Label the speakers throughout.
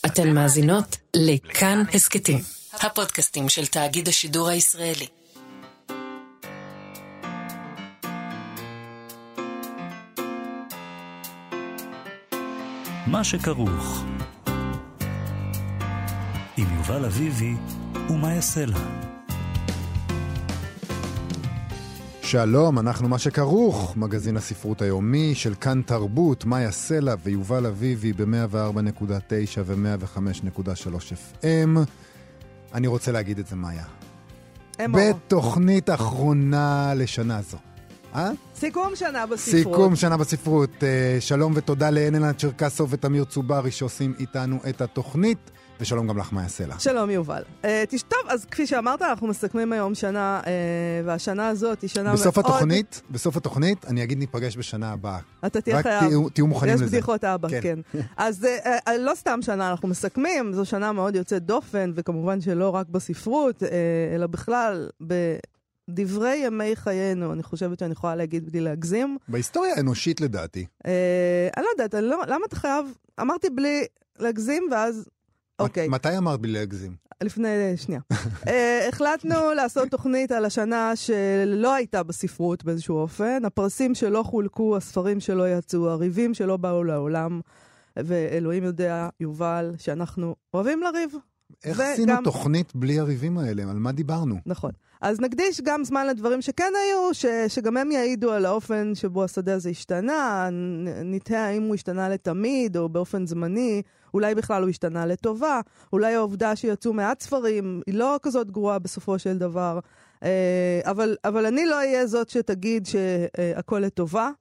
Speaker 1: אתן מאזינות לכאן הסקטים, הפודקאסטים של תאגיד השידור הישראלי.
Speaker 2: מה שכרוך עם יובל אביבי ומה יעשה לה.
Speaker 3: שלום, אנחנו מה שכרוך, מגזין הספרות היומי של כאן תרבות, מה יעשה לה ויובל אביבי ב-104.9 ו-105.3 FM. אני רוצה להגיד את זה, מאיה. בתוכנית אחרונה לשנה זו.
Speaker 4: סיכום שנה בספרות.
Speaker 3: סיכום שנה בספרות. שלום ותודה לאננה צ'רקסוב ותמיר צוברי שעושים איתנו את התוכנית. ושלום גם לך, מה יעשה לה.
Speaker 4: שלום יובל. טוב, אז כפי שאמרת, אנחנו מסכמים היום שנה, והשנה הזאת היא שנה
Speaker 3: בסוף התוכנית, אני אגיד ניפגש בשנה הבאה.
Speaker 4: אתה תהיה חייב.
Speaker 3: רק תהיו מוכנים לזה.
Speaker 4: יש בדיחות אבא, כן. אז לא סתם שנה אנחנו מסכמים, זו שנה מאוד יוצאת דופן, וכמובן שלא רק בספרות, אלא בכלל בדברי ימי חיינו, אני חושבת שאני יכולה להגיד בלי להגזים.
Speaker 3: בהיסטוריה האנושית לדעתי.
Speaker 4: אני לא יודעת, למה אתה חייב? אמרתי בלי להגזים, ואז אוקיי.
Speaker 3: מתי אמרת בלי להגזים?
Speaker 4: לפני שנייה. החלטנו לעשות תוכנית על השנה שלא הייתה בספרות באיזשהו אופן, הפרסים שלא חולקו, הספרים שלא יצאו, הריבים שלא באו לעולם, ואלוהים יודע, יובל, שאנחנו אוהבים לריב.
Speaker 3: איך עשינו תוכנית בלי הריבים האלה? על מה דיברנו?
Speaker 4: נכון. אז נקדיש גם זמן לדברים שכן היו, שגם הם יעידו על האופן שבו השדה הזה השתנה, נתהה האם הוא השתנה לתמיד או באופן זמני, אולי בכלל הוא השתנה לטובה, אולי העובדה שיצאו מעט ספרים היא לא כזאת גרועה בסופו של דבר, אבל אני לא אהיה זאת שתגיד שהכל לטובה,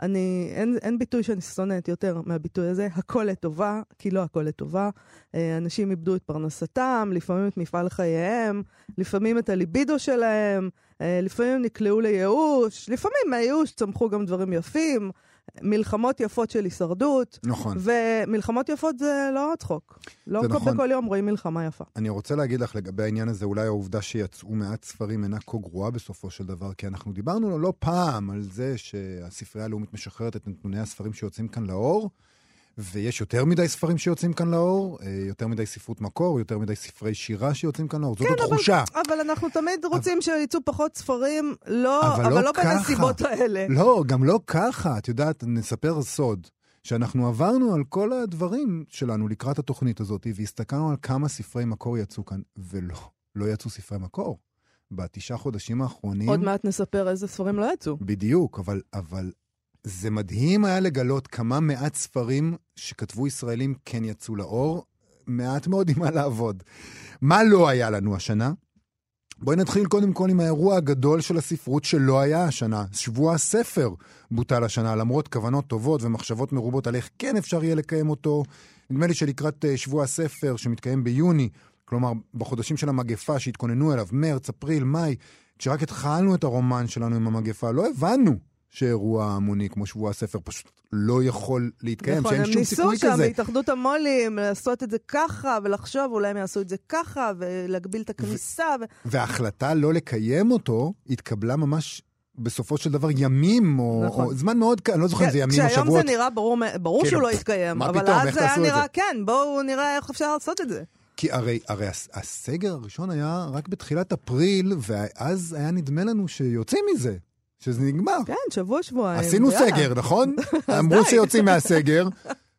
Speaker 4: אין ביטוי שאני שונאת יותר מהביטוי הזה, הכל לטובה, כי לא הכל לטובה. אנשים איבדו את פרנסתם, לפעמים את מפעל חייהם, לפעמים את הליבידו שלהם, לפעמים נקלעו לייאוש, לפעמים מהייאוש צמחו גם דברים יפים, מלחמות יפות של הישרדות.
Speaker 3: נכון.
Speaker 4: ומלחמות יפות זה לא צחוק. לא בכל יום רואים מלחמה יפה.
Speaker 3: אני רוצה להגיד לך לגבי העניין הזה, אולי העובדה שיצאו מעט ספרים אינה כה גרועה בסופו של דבר, כי אנחנו דיברנו לא פעם על זה שהספרייה הלאומית משחררת את נתוני הספרים שיוצאים כאן לאור, ויש יותר מדי ספרים שיוצאים כאן לאור, יותר מדי ספרות מקור, יותר מדי ספרי שירה שיוצאים כאן לאור. זאת התחושה.
Speaker 4: אבל אנחנו תמיד רוצים שיצאו פחות ספרים, אבל לא בנסיבות האלה.
Speaker 3: לא, גם לא ככה. את יודעת, נספר סוד, שאנחנו עברנו על כל הדברים שלנו לקראת התוכנית הזאת, והסתכלנו על כמה ספרי מקור יצאו כאן, ולא יצאו ספרי מקור. ב9 חודשים האחרונים...
Speaker 4: עוד מעט נספר איזה ספרים לא יצאו.
Speaker 3: בדיוק, אבל זה מדהים היה לגלות כמה מעט ספרים שכתבו ישראלים כן יצאו לאור, מעט מאוד עם מה לעבוד. מה לא היה לנו השנה? בואי נתחיל קודם כל עם האירוע הגדול של הספרות שלא היה השנה. שבוע הספר בוטל השנה, למרות כוונות טובות ומחשבות מרובות על איך כן אפשר יהיה לקיים אותו. נדמה לי שלקראת שבוע הספר שמתקיים ביוני, כלומר בחודשים של המגפה שהתכוננו אליו, מרץ, אפריל, מאי, כשרק התחלנו את הרומן שלנו עם המגפה, לא הבנו שאירוע המוני כמו שבוע הספר פשוט לא יכול להתקיים,
Speaker 4: נכון,
Speaker 3: שאין שום סיכוי כזה.
Speaker 4: הם ניסו שם בהתאחדות המולים לעשות את זה ככה, ולחשוב אולי הם יעשו את זה ככה, ולהגביל את הכניסה. וההחלטה
Speaker 3: לא לקיים אותו התקבלה ממש בסופו של דבר ימים, או זמן מאוד, אני לא זוכר אם זה ימים או שבועות.
Speaker 4: כשהיום זה נראה ברור שהוא לא יתקיים, אבל אז זה היה נראה, כן, בואו נראה איך אפשר לעשות את זה.
Speaker 3: כי הרי הסגר הראשון היה רק בתחילת אפריל, ואז היה נדמה לנו שיוצאים מזה. שזה נגמר.
Speaker 4: כן, שבועיים.
Speaker 3: עשינו סגר, נכון? אמרו שיוצאים מהסגר.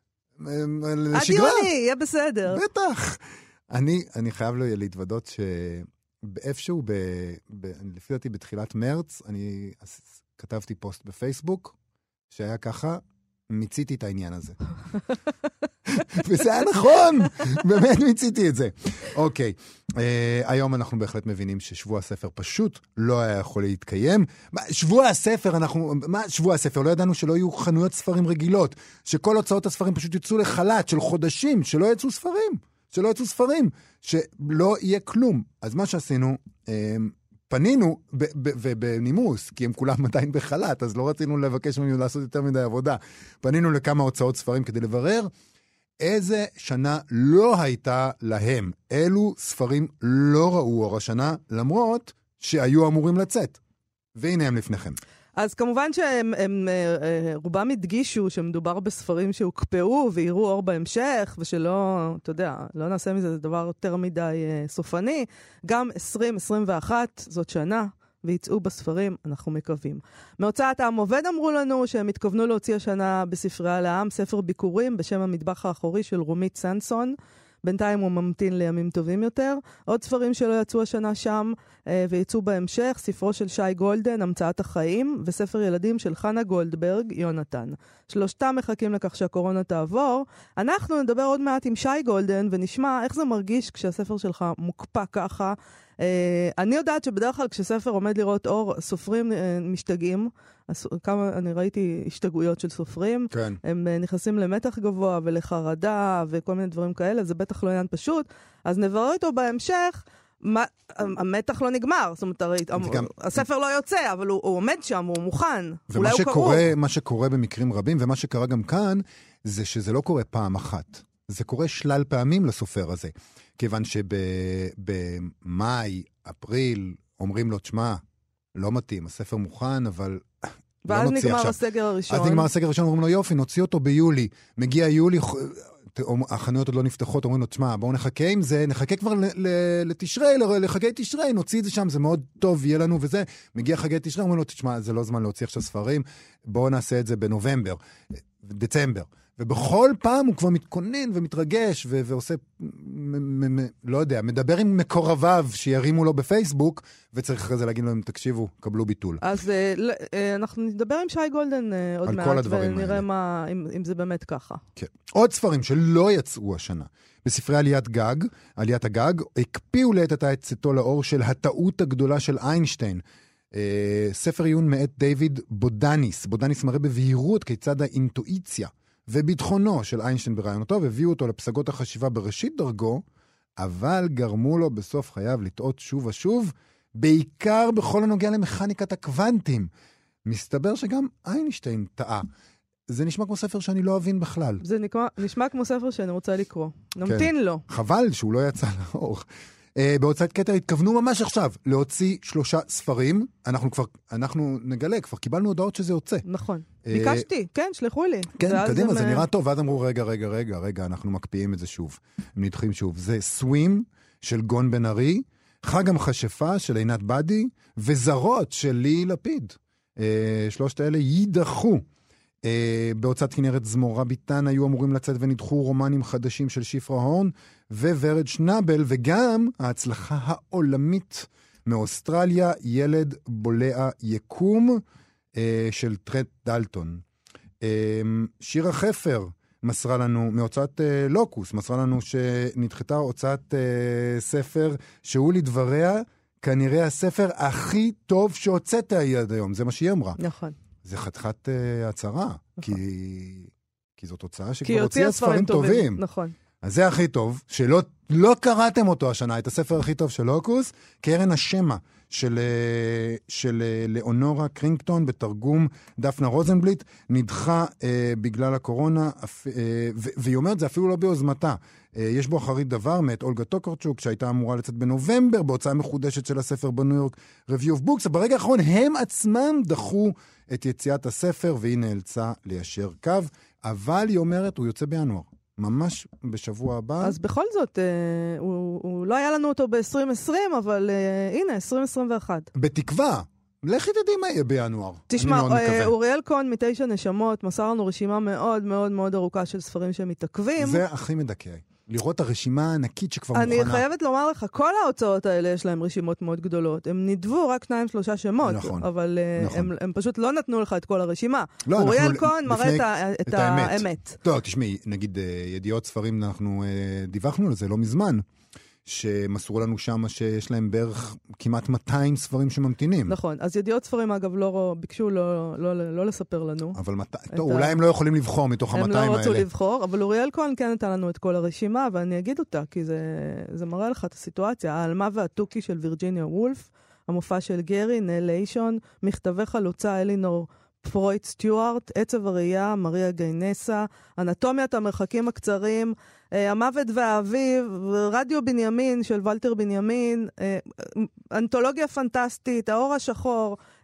Speaker 4: לשגרה. עד יוני, יהיה בסדר.
Speaker 3: בטח. אני חייב להתוודות שבאיפשהו, לפי דעתי בתחילת מרץ, אני כתבתי פוסט בפייסבוק, שהיה ככה, מיציתי את העניין הזה. וזה היה נכון, באמת מיציתי את זה. אוקיי, היום אנחנו בהחלט מבינים ששבוע הספר פשוט לא היה יכול להתקיים. שבוע הספר, לא ידענו שלא יהיו חנויות ספרים רגילות, שכל הוצאות הספרים פשוט יצאו לחל"ת של חודשים, שלא יצאו ספרים, שלא יהיה כלום. אז מה שעשינו, פנינו ובנימוס, כי הם כולם עדיין בחל"ת, אז לא רצינו לבקש ממנו לעשות יותר מדי עבודה. פנינו לכמה הוצאות ספרים כדי לברר איזה שנה לא הייתה להם. אילו ספרים לא ראו אור השנה, למרות שהיו אמורים לצאת. והנה הם לפניכם.
Speaker 4: אז כמובן רובם הדגישו שמדובר בספרים שהוקפאו ויראו אור בהמשך, ושלא, אתה יודע, לא נעשה מזה דבר יותר מדי סופני. גם 2021 זאת שנה, ויצאו בספרים, אנחנו מקווים. מהוצאת העם עובד אמרו לנו שהם התכוונו להוציא השנה בספרייה לעם ספר ביקורים בשם המטבח האחורי של רומית סנסון. בינתיים הוא ממתין לימים טובים יותר. עוד ספרים שלא יצאו השנה שם ויצאו בהמשך, ספרו של שי גולדן, המצאת החיים, וספר ילדים של חנה גולדברג, יונתן. שלושתם מחכים לכך שהקורונה תעבור. אנחנו נדבר עוד מעט עם שי גולדן ונשמע איך זה מרגיש כשהספר שלך מוקפא ככה. אני יודעת שבדרך כלל כשספר עומד לראות אור, סופרים משתגעים. אני ראיתי השתגעויות של סופרים.
Speaker 3: כן.
Speaker 4: הם נכנסים למתח גבוה ולחרדה וכל מיני דברים כאלה. זה בטח לא עניין פשוט. אז נברר איתו בהמשך. המתח לא נגמר. זאת אומרת, הספר לא יוצא, אבל הוא עומד שם, הוא מוכן. אולי הוא קרוב.
Speaker 3: מה שקורה במקרים רבים, ומה שקרה גם כאן, זה שזה לא קורה פעם אחת. זה קורה שלל פעמים לסופר הזה. כיוון שבמאי, אפריל, אומרים לו, תשמע, לא מתאים, הספר מוכן, אבל לא נוציא עכשיו.
Speaker 4: ואז נגמר הסגר הראשון.
Speaker 3: אז נגמר הסגר הראשון, אומרים לו, יופי, נוציא אותו ביולי. מגיע יולי, החנויות עוד לא נפתחות, אומרים לו, תשמע, בואו נחכה עם זה, נחכה כבר לתשרי, לחגי תשרי, נוציא את זה שם, זה מאוד טוב, יהיה לנו וזה. מגיע חגי תשרי, אומרים לו, תשמע, זה לא זמן להוציא עכשיו ספרים, בואו נעשה את זה בנובמבר, דצמבר. ובכל פעם הוא כבר מתכונן ומתרגש ועושה, לא יודע, מדבר עם מקורביו שירימו לו בפייסבוק, וצריך אחרי זה להגיד לו, אם תקשיבו, קבלו ביטול.
Speaker 4: אז אנחנו נדבר עם שי גולדן עוד מעט, ונראה אם זה באמת ככה.
Speaker 3: כן. עוד ספרים שלא יצאו השנה. בספרי עליית הגג, הקפיאו לעת עתה את צאתו לאור של הטעות הגדולה של איינשטיין. ספר עיון מאת דיוויד בודניס. בודניס מראה בבהירות כיצד האינטואיציה וביטחונו של איינשטיין ברעיונותו, והביאו אותו לפסגות החשיבה בראשית דרגו, אבל גרמו לו בסוף חייו לטעות שוב ושוב, בעיקר בכל הנוגע למכניקת הקוונטים. מסתבר שגם איינשטיין טעה. זה נשמע כמו ספר שאני לא אבין בכלל.
Speaker 4: זה נשמע כמו ספר שאני רוצה לקרוא. נמתין לו.
Speaker 3: חבל שהוא לא יצא לאור. בהוצאת כתר התכוונו ממש עכשיו להוציא 3 ספרים. אנחנו נגלה, כבר קיבלנו הודעות שזה יוצא.
Speaker 4: נכון. ביקשתי, כן, שלחו לי.
Speaker 3: כן, קדימה, זה נראה טוב. ואז אמרו, רגע, אנחנו מקפיאים את זה שוב. הם נדחים שוב. זה סווים של גון בן ארי, חג המכשפה של עינת בדי, וזרות של לי לפיד. 3 האלה יידחו. בהוצאת כנרת זמורה ביטן היו אמורים לצאת ונדחו רומנים חדשים של שפרה הורן וורד שנבל, וגם ההצלחה העולמית מאוסטרליה, ילד בולע יקום של טרט דלטון. שירה חפר מסרה לנו, מהוצאת לוקוס, מסרה לנו שנדחתה הוצאת ספר שהוא לדבריה כנראה הספר הכי טוב שהוצאת עד היום, זה מה שהיא אמרה.
Speaker 4: נכון.
Speaker 3: זה חתיכת הצהרה, כי זאת הוצאה שכבר הוציאה ספרים טובים.
Speaker 4: נכון.
Speaker 3: אז זה הכי טוב, שלא קראתם אותו השנה, את הספר הכי טוב של לוקוס, קרן השמה של לאונורה קרינגטון, בתרגום דפנה רוזנבליט, נדחה בגלל הקורונה, והיא אומרת, זה אפילו לא ביוזמתה. יש בו אחרית דבר מאת אולגה טוקרצ'וק, שהייתה אמורה לצאת בנובמבר, בהוצאה מחודשת של הספר בניו יורק Review of Books, ברגע האחרון הם עצמם דחו את יציאת הספר, והיא נאלצה ליישר קו, אבל היא אומרת, הוא יוצא בינואר. ממש בשבוע הבא.
Speaker 4: אז בכל זאת, הוא לא היה לנו אותו ב-2020, אבל הנה, 2021.
Speaker 3: בתקווה. לכי תדעי מה יהיה בינואר.
Speaker 4: תשמע, אוריאל קון מ9 נשמות מסר לנו רשימה מאוד מאוד מאוד ארוכה של ספרים שמתעכבים.
Speaker 3: זה הכי מדכא. לראות הרשימה הענקית שכבר מוכנה.
Speaker 4: אני חייבת לומר לך, כל ההוצאות האלה יש להם רשימות מאוד גדולות. הם נדבו רק 2-3 שמות,
Speaker 3: נכון,
Speaker 4: אבל
Speaker 3: נכון.
Speaker 4: הם פשוט לא נתנו לך את כל הרשימה.
Speaker 3: לא,
Speaker 4: אוריאל קון מראה את האמת.
Speaker 3: טוב, תשמעי, נגיד ידיעות ספרים, אנחנו דיווחנו לזה לא מזמן, שמסרו לנו שם שיש להם בערך כמעט 200 ספרים שממתינים.
Speaker 4: נכון, אז ידיעות ספרים אגב ביקשו לא לספר לנו.
Speaker 3: אבל טוב, אולי הם לא יכולים לבחור מתוך ה-200 האלה.
Speaker 4: הם לא רצו לבחור, אבל אוריאל כהן כן נתן לנו את כל הרשימה, ואני אגיד אותה, כי זה מראה לך את הסיטואציה. האלמה והטוקי של וירג'יניה וולף, המופע של גרי, נל ליישון, מכתבי חלוצה אלינור פרויט סטיוארט, עצב הראייה, מריה גיינסה, אנטומיית המרחקים הקצרים, המוות והאביב, רדיו בנימין של ולטר בנימין, אנתולוגיה פנטסטית, האור השחור,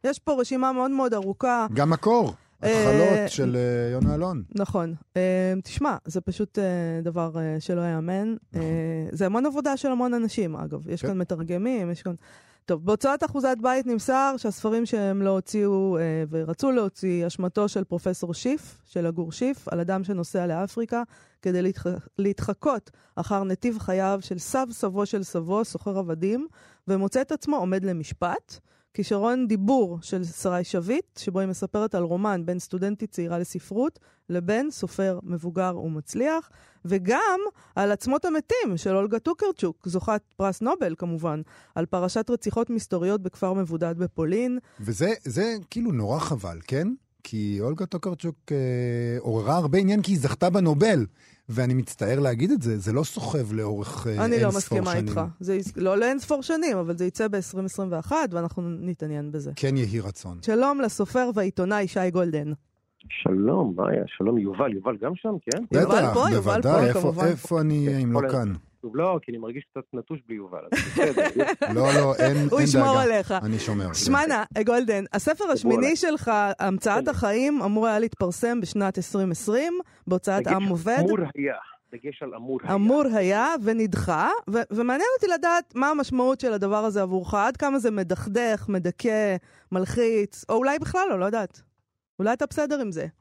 Speaker 4: יש פה רשימה מאוד מאוד ארוכה.
Speaker 3: גם מקור, התחלות של יונה אלון.
Speaker 4: נכון. תשמע, זה פשוט דבר שלא יאמן. זה המון עבודה של המון אנשים, אגב. יש כאן מתרגמים, יש כאן... טוב, בהוצאת אחוזת בית נמסר שהספרים שהם לא הוציאו ורצו להוציא, אשמתו של פרופסור שיף, של הגור שיף, על אדם שנוסע לאפריקה, כדי להתחקות אחר נתיב חייו של סבו של סבו, סוחר עבדים, ומוצא את עצמו עומד למשפט. כישרון דיבור של שרי שביט, שבו היא מספרת על רומן בין סטודנטית צעירה לספרות, לבין סופר מבוגר ומצליח, וגם על עצמות המתים של אולגה טוקרצ'וק, זוכת פרס נובל כמובן, על פרשת רציחות מסתוריות בכפר מבודד בפולין.
Speaker 3: וזה כאילו נורא חבל, כן? כי אולגה טוקרצ'וק עוררה הרבה עניין כי היא זכתה בנובל, ואני מצטער להגיד את זה, זה לא סוחב לאורך אין ספור שנים.
Speaker 4: אני לא מסכימה איתך. זה לא אין ספור שנים, אבל זה יצא ב-2021, ואנחנו נתעניין בזה.
Speaker 3: כן יהי רצון.
Speaker 4: שלום לסופר והעיתונאי שי גולדן.
Speaker 5: שלום, מאיה, שלום יובל גם שם, כן?
Speaker 3: בטח, בוודאי, איפה אני אם לא כאן?
Speaker 5: לא, כי אני מרגיש קצת נטוש בלי יובל.
Speaker 3: לא, אין דאגה.
Speaker 4: הוא ישמור עליך.
Speaker 3: אני שומר.
Speaker 4: שמענה, גולדן, הספר השמיני שלך, המצאת החיים, אמור היה להתפרסם בשנת 2020, בהוצאת עם עובד.
Speaker 5: דגש על אמור היה.
Speaker 4: אמור היה ונדחה, ומעניין אותי לדעת מה המשמעות של הדבר הזה עבורך, עד כמה זה מדכדך, מדכא, מלחיץ, או אולי בכלל לא יודעת. אולי אתה בסדר עם זה.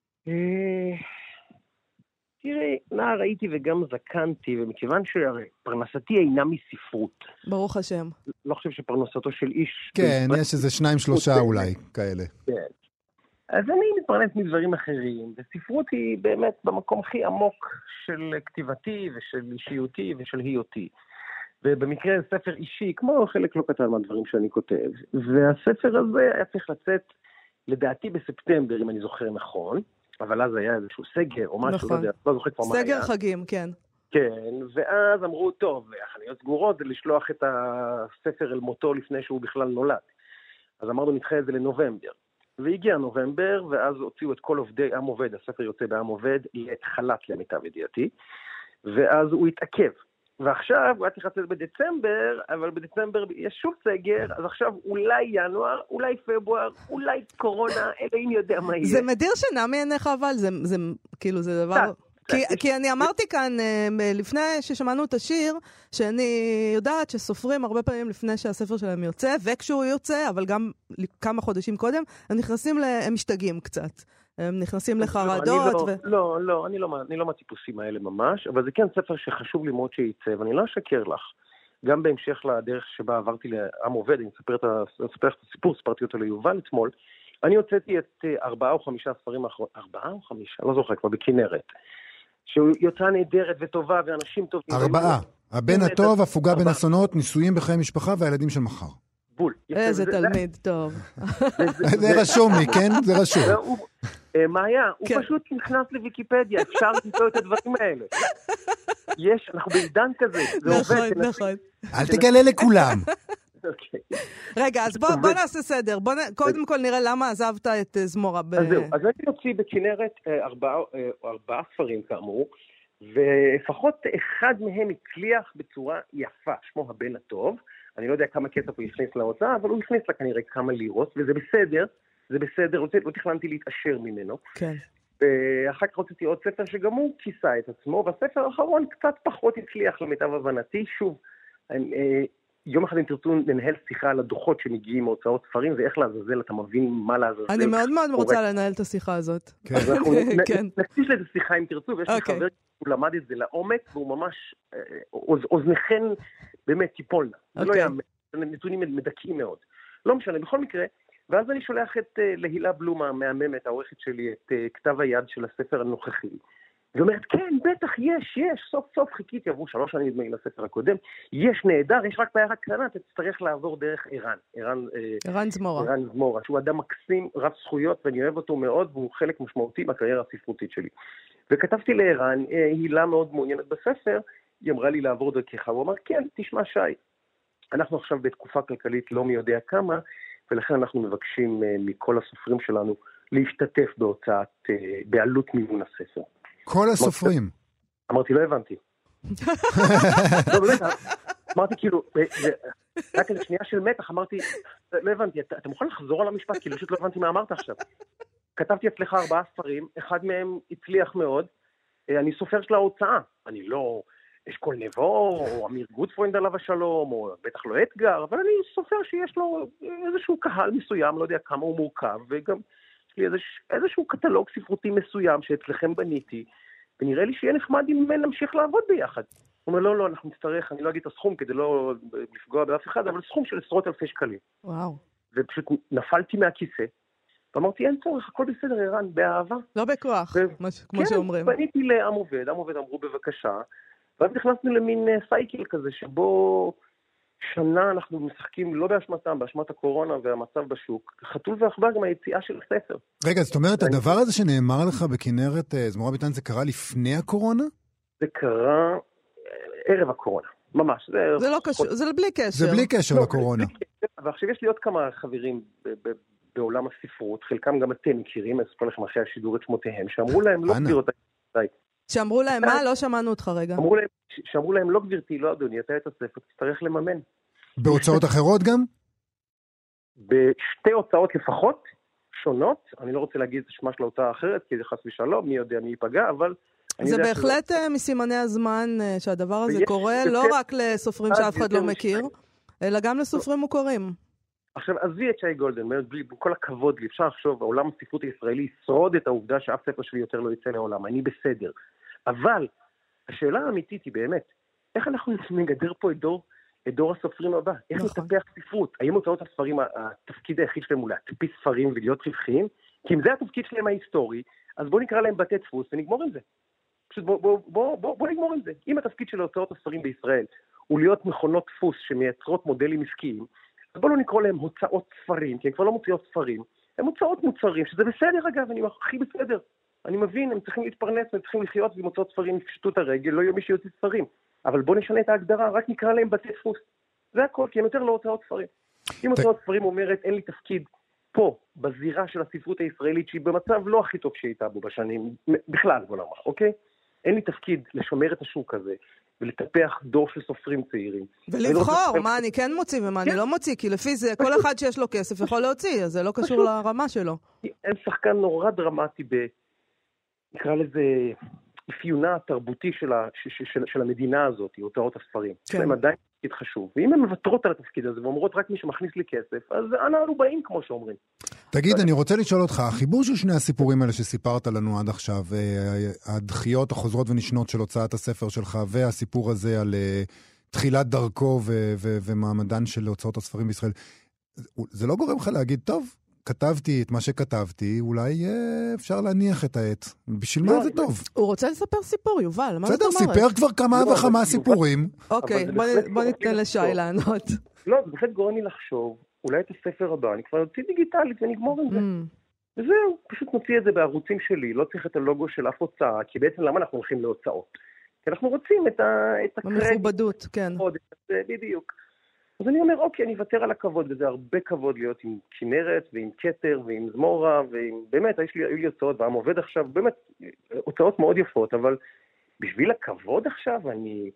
Speaker 5: תראי, נער הייתי וגם זקנתי, ומכיוון שפרנסתי אינה מספרות.
Speaker 4: ברוך השם.
Speaker 5: לא חושב שפרנסתו של איש...
Speaker 3: כן, יש איזה 2-3 אולי כאלה.
Speaker 5: כן. אז אני מתפרנס מדברים אחרים, וספרות היא באמת במקום הכי עמוק של כתיבתי ושל אישיותי ושל היותי. ובמקרה ספר אישי, כמו חלק לא קטן מהדברים שאני כותב. והספר הזה היה צריך לצאת, לדעתי בספטמבר, אם אני זוכר נכון, אבל אז היה איזשהו סגר או משהו,
Speaker 4: נכון.
Speaker 5: לא זוכר כבר מה היה.
Speaker 4: סגר חגים, כן.
Speaker 5: כן, ואז אמרו, טוב, החנויות סגורות זה לשלוח את הספר אל מותו לפני שהוא בכלל נולד. אז אמרנו, נדחה את זה לנובמבר. והגיע נובמבר, ואז הוציאו את כל עובדי עם עובד, הספר יוצא בעם עובד, לחל"ת למיטב ידיעתי, ואז הוא התעכב. ועכשיו הוא היה צריך לצאת בדצמבר, אבל בדצמבר יש שוב סגר, אז עכשיו אולי ינואר, אולי פברואר, אולי קורונה, אלוהים יודע מה יהיה.
Speaker 4: זה מדיר שינה מעיניך, אבל זה כאילו זה דבר... כי אני אמרתי כאן, לפני ששמענו את השיר, שאני יודעת שסופרים הרבה פעמים לפני שהספר שלהם יוצא, וכשהוא יוצא, אבל גם כמה חודשים קודם, הם משתגעים קצת. הם נכנסים לחרדות.
Speaker 5: לא, אני לא מהטיפוסים האלה ממש, אבל זה כן ספר שחשוב לי מאוד שייצא, ואני לא אשקר לך. גם בהמשך לדרך שבה עברתי לעם עובד, אני אספר את הסיפור, ספרתי אותו ליובל אתמול, אני הוצאתי את 4 או 5 ספרים האחרונים, 4 או 5, לא זוכר, כבר בכנרת. שהוא יוצא נהדרת וטובה, ואנשים טובים.
Speaker 3: 4. הבן הטוב, הפוגה בין אסונות, ניסויים בחיי משפחה והילדים של מחר.
Speaker 5: בול.
Speaker 4: איזה תלמיד טוב.
Speaker 3: זה רשום לי, כן? זה רשום.
Speaker 5: מאיה, הוא פשוט נכנס לוויקיפדיה, אפשר למצוא את הדברים האלה. אנחנו בעידן כזה.
Speaker 4: נכון.
Speaker 3: אל תגלה לכולם.
Speaker 4: רגע, אז בוא נעשה סדר. קודם כל נראה למה עזבת את זמורה.
Speaker 5: אז זהו, אז אני הוציא בכנרת 4 ספרים כאמור, ולפחות אחד מהם הצליח בצורה יפה, שמו הבן הטוב. אני לא יודע כמה כסף הוא הכניס להוצאה, אבל הוא הכניס לה כנראה כמה לירות, וזה בסדר, לא תכננתי להתעשר ממנו.
Speaker 4: כן.
Speaker 5: ואחר כך הוצאתי עוד ספר שגם הוא כיסה את עצמו, והספר האחרון קצת פחות הצליח למיטב הבנתי. שוב, יום אחד אם תרצו לנהל שיחה על הדוחות שמגיעים מהוצאות ספרים, ואיך לעזאזל, אתה מבין מה לעזאזל.
Speaker 4: אני מאוד מאוד רוצה לנהל את השיחה הזאת.
Speaker 5: אז אנחנו נקדיש לזה שיחה אם תרצו, ויש לי חבר שהוא למד את זה לעומק, והוא ממש, אוזניכן באמת טיפולנה. זה לא היה נתונים מדכאים מאוד. לא משנה, בכל מקרה, ואז אני שולח את להילה בלום המהממת, העורכת שלי, את כתב היד של הספר הנוכחי. היא אומרת, כן, בטח, יש, סוף סוף חיכיתי, עברו 3 שנים נדמה לי לספר הקודם, יש נהדר, יש רק בעיה קטנה, אתה תצטרך לעבור דרך
Speaker 4: ערן
Speaker 5: זמורה, שהוא אדם מקסים, רב זכויות, ואני אוהב אותו מאוד, והוא חלק משמעותי בקריירה הספרותית שלי. וכתבתי לערן, הילה מאוד מעוניינת בספר, היא אמרה לי לעבור דרכך, הוא אמר, כן, תשמע שי, אנחנו עכשיו בתקופה כלכלית לא מי יודע כמה, ולכן אנחנו מבקשים מכל הסופרים שלנו להשתתף בעלות מימון הספר.
Speaker 3: כל הסופרים.
Speaker 5: אמרתי, לא הבנתי. לא, באמת, אמרתי כאילו, היה כזה שנייה של מתח, אמרתי, לא הבנתי, אתה מוכן לחזור על המשפט? כי פשוט לא הבנתי מה אמרת עכשיו. כתבתי אצלך 4 ספרים, אחד מהם הצליח מאוד, אני סופר של ההוצאה, אני לא אשכול נבו, או אמיר גוטפרוינד עליו השלום, או בטח לא אתגר, אבל אני סופר שיש לו איזשהו קהל מסוים, לא יודע כמה הוא מורכב, וגם יש לי איזשהו קטלוג ספרותי מסוים שאצלכם בניתי, ונראה לי שיהיה נחמד אם נמשיך לעבוד ביחד. הוא אומר, לא, אנחנו נצטרך, אני לא אגיד את הסכום כדי לא לפגוע באף אחד, אבל סכום של עשרות אלפי שקלים.
Speaker 4: וואו.
Speaker 5: ופשוט נפלתי מהכיסא, ואמרתי, אין צורך, הכל בסדר, ערן, באהבה.
Speaker 4: לא בכוח, כמו שאומרים.
Speaker 5: כן, פניתי לעם עובד, עם עובד אמרו בבקשה, ואז נכנסנו למין סייקל כזה, שבו שנה אנחנו משחקים לא באשמתם, באשמת הקורונה והמצב בשוק, חתול ועכבר גם היציאה של הספר.
Speaker 3: רגע, זאת אומרת, הדבר הזה שנאמר לך בכנרת זמורה ביטן, זה קרה לפני הקורונה?
Speaker 5: זה קרה ערב הקורונה, ממש.
Speaker 4: זה לא קשור, זה בלי קשר.
Speaker 3: זה בלי קשר לקורונה.
Speaker 5: ועכשיו יש לי עוד כמה חברים בעולם הספרות, חלקם גם אתם מכירים, אספר לכם אחרי השידור את שמותיהם, שאמרו להם לא גביר אותה.
Speaker 4: שאמרו להם מה? לא שמענו אותך רגע.
Speaker 5: שאמרו להם לא גבירתי, לא אדוני, אתה את הספר, תצטרך לממן.
Speaker 3: בהוצאות אחרות גם?
Speaker 5: בשתי הוצאות לפחות, שונות, אני לא רוצה להגיד את שמה של ההוצאה האחרת, כי זה חס ושלום, מי יודע מי ייפגע, אבל...
Speaker 4: זה בהחלט מסימני הזמן שהדבר הזה קורה, לא רק לסופרים שאף אחד לא מכיר, אלא גם לסופרים מוכרים.
Speaker 5: עכשיו, עזבי את שי גולדן, בכל הכבוד לי, אפשר לחשוב, העולם הספרות הישראלי ישרוד את העובדה שאף ספר שלי יותר לא יצא לעולם, אני בסדר. אבל השאלה האמיתית היא באמת, איך אנחנו נגדר פה את דור הסופרים הבא? איך נטפח ספרות? האם הוצאות הספרים, התפקיד היחיד שלהם הוא להדפיס ספרים ולהיות רווחיים? כי אם זה התפקיד שלהם ההיסטורי, אז בוא נקרא להם בתי דפוס ונגמור עם זה. פשוט בוא נגמור עם זה. אם התפקיד של הוצאות הספרים בישראל הוא להיות מכונות דפוס שמייצרות מודלים עסקיים, אז בוא לא נקרא להם הוצאות ספרים, כי הם כבר לא מוציאות ספרים, הם הוצאות מוצרים, שזה בסדר אגב, אני הכי בסדר. אני מבין, הם צריכים להתפרנס, הם צריכים לחיות, ועם הוצאות ספרים יפשטו את הרגל, לא יהיה מי שיוציא ספרים. אבל בוא נשנה את ההגדרה, רק נקרא להם בתי דפוס. זה הכל, כי הם יותר לא הוצאות ספרים. אם הוצאות ספרים אומרת, אין לי תפקיד פה, בזירה של הספרות הישראלית, שהיא במצב לא הכי טוב שהייתה בו בשנים, בכלל בוא נאמר, אוקיי? אין לי תפקיד לשמר את השוק הזה, ולטפח דור של סופרים צעירים.
Speaker 4: ולבחור מה אני כן מוציא ומה אני לא מוציא, כי לפי זה כל אחד שיש לו כסף יכול להוציא, אז זה לא קשור לרמה שלו.
Speaker 5: אין שחקן נורא דרמטי נקרא לזה אפיונה התרבותי של המדינה הזאת, הוצאות הספרים. הם עדיין תפקיד חשוב. ואם הן מוותרות על התפקיד הזה ואומרות רק מי שמכניס לי כסף, אז אנה אנו באים כמו שאומרים.
Speaker 3: תגיד, אני רוצה לשאול אותך, החיבור של שני הסיפורים האלה שסיפרת לנו עד עכשיו, הדחיות החוזרות ונשנות של הוצאת הספר שלך, והסיפור הזה על תחילת דרכו ומעמדן של הוצאות הספרים בישראל, זה לא גורם לך להגיד, טוב, כתבתי את מה שכתבתי, אולי אפשר להניח את העט. בשביל מה זה טוב?
Speaker 4: הוא רוצה לספר סיפור, יובל.
Speaker 3: בסדר, סיפר כבר כמה וכמה סיפורים.
Speaker 4: אוקיי, בוא ניתן לשי לענות.
Speaker 5: לא, זה בהחלט גורם לי לחשוב, אולי את הספר הבא, אני כבר יוציא דיגיטלית ונגמור עם זה. וזהו, פשוט נוציא את זה בערוצים שלי, לא צריך את הלוגו של אף הוצאה, כי בעצם למה אנחנו הולכים להוצאות? כי אנחנו רוצים את הקרדיט.
Speaker 4: המכובדות, כן.
Speaker 5: בדיוק. אז אני אומר, אוקיי, אני אוותר על הכבוד, וזה הרבה כבוד להיות עם כנרת, ועם כתר, ועם זמורה, באמת, היו לי הוצאות, והעם עובד עכשיו, באמת, הוצאות מאוד יפות, אבל בשביל הכבוד עכשיו, אני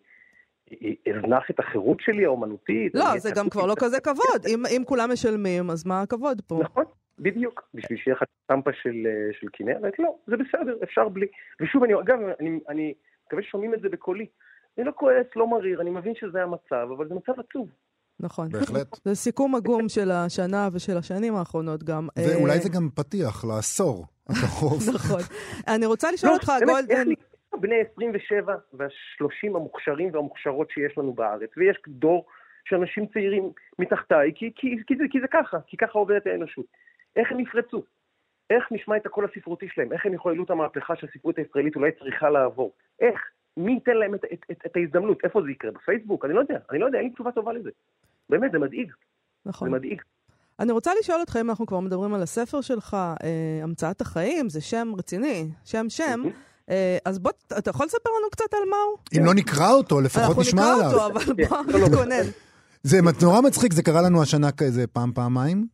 Speaker 5: אזנח את החירות שלי, האומנותית.
Speaker 4: לא, זה גם כבר לא כזה כבוד. אם כולם משלמים, אז מה הכבוד פה?
Speaker 5: נכון, בדיוק. בשביל שיהיה לך סטמפה של כנרת, לא, זה בסדר, אפשר בלי. ושוב, אגב, אני מקווה ששומעים את זה בקולי. אני לא כועס, לא מריר, אני מבין שזה המצב, אבל זה מצב עצוב.
Speaker 4: נכון.
Speaker 3: בהחלט.
Speaker 4: זה סיכום עגום של השנה ושל השנים האחרונות גם.
Speaker 3: ואולי זה גם פתיח לעשור הקרוב.
Speaker 4: נכון. אני רוצה לשאול אותך, גולדן...
Speaker 5: בני 27 וה-30 המוכשרים והמוכשרות שיש לנו בארץ, ויש דור שאנשים צעירים מתחתיי, כי זה ככה, כי ככה עובדת האנושות. איך הם יפרצו? איך נשמע את הקול הספרותי שלהם? איך הם יחוללו את המהפכה שהספרות הישראלית אולי צריכה לעבור? איך? מי ייתן להם את ההזדמנות? איפה זה יקרה? בפייסבוק? אני לא יודע, אין לי תשובה טובה לזה. באמת, זה מדאיג.
Speaker 4: נכון.
Speaker 5: זה מדאיג.
Speaker 4: אני רוצה לשאול אותך, אם אנחנו כבר מדברים על הספר שלך, המצאת החיים, זה שם רציני, שם. אז בוא, אתה יכול לספר לנו קצת על מה הוא?
Speaker 3: אם לא נקרא אותו, לפחות נשמע עליו.
Speaker 4: אנחנו נקרא אותו, אבל בוא נתכונן.
Speaker 3: זה נורא מצחיק, זה קרה לנו השנה כזה פעמיים,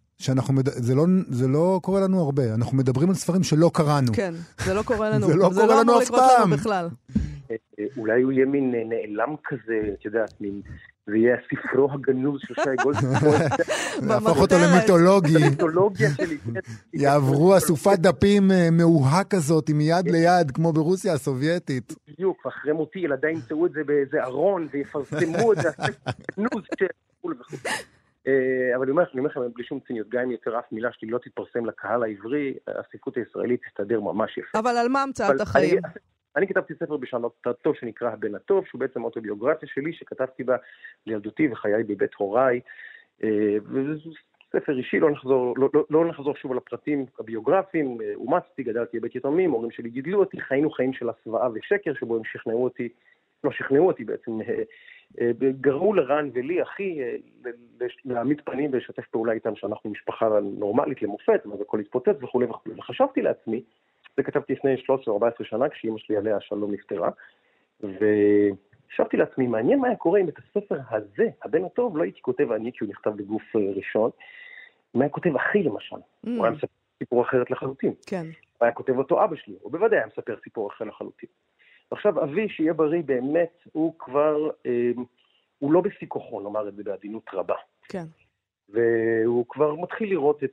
Speaker 3: זה לא קורה לנו הרבה. אנחנו מדברים על ספרים שלא קראנו.
Speaker 4: כן, זה לא קורה לנו.
Speaker 3: זה לא קורה לנו אף פעם.
Speaker 4: בכלל.
Speaker 5: אולי הוא יהיה מין נעלם כזה, את יודעת, מין, זה יהיה הספרו הגנוז של שי גולדסטין.
Speaker 3: להפוך אותו למיתולוגי.
Speaker 5: המיתולוגיה שלי.
Speaker 3: יעברו אסופת דפים מאוהה כזאת, מיד ליד, כמו ברוסיה הסובייטית.
Speaker 5: בדיוק, ואחרי מותי ילדיי ימצאו את זה באיזה ארון, ויפרסמו את זה, הגנוז וכו' וכו'. אבל אני אומר לכם, בלי שום ציניות, גם אם יותר אף מילה שלי לא תתפרסם לקהל העברי, הספרות הישראלית תסתדר ממש יפה.
Speaker 4: אבל על מה המצאת החיים?
Speaker 5: אני כתבתי ספר בשנתו שנקרא הבן הטוב, שהוא בעצם אוטוביוגרפיה שלי, שכתבתי בה לילדותי וחיי בבית הוריי. וזה ספר אישי, לא נחזור שוב על הפרטים הביוגרפיים. אומצתי, גדלתי בבית יתומים, הורים שלי גידלו אותי, חיינו חיים של הסוואה ושקר, שבו הם שכנעו אותי בעצם, גרמו לרן ולי, אחי, להעמיד פנים ולשתף פעולה איתם שאנחנו משפחה נורמלית למופת, ואז הכל התפוצץ וכו' וכו'. וחשבתי לעצמי, זה כתבתי לפני 13-14 שנה, כשאמא שלי עליה השלום נפטרה, וחשבתי לעצמי, מעניין מה היה קורה אם את הספר הזה, הבן הטוב, לא הייתי כותב אני, כי הוא נכתב בגוף ראשון, מה היה כותב אחי למשל, הוא היה מספר סיפור אחרת לחלוטין.
Speaker 4: כן.
Speaker 5: היה כותב אותו אבא שלי, הוא בוודאי היה מספר סיפור אחר לחלוטין. עכשיו, אבי, שיהיה בריא באמת, הוא כבר, הוא לא בסיכוחון, נאמר את זה בעדינות רבה.
Speaker 4: כן.
Speaker 5: והוא כבר מתחיל לראות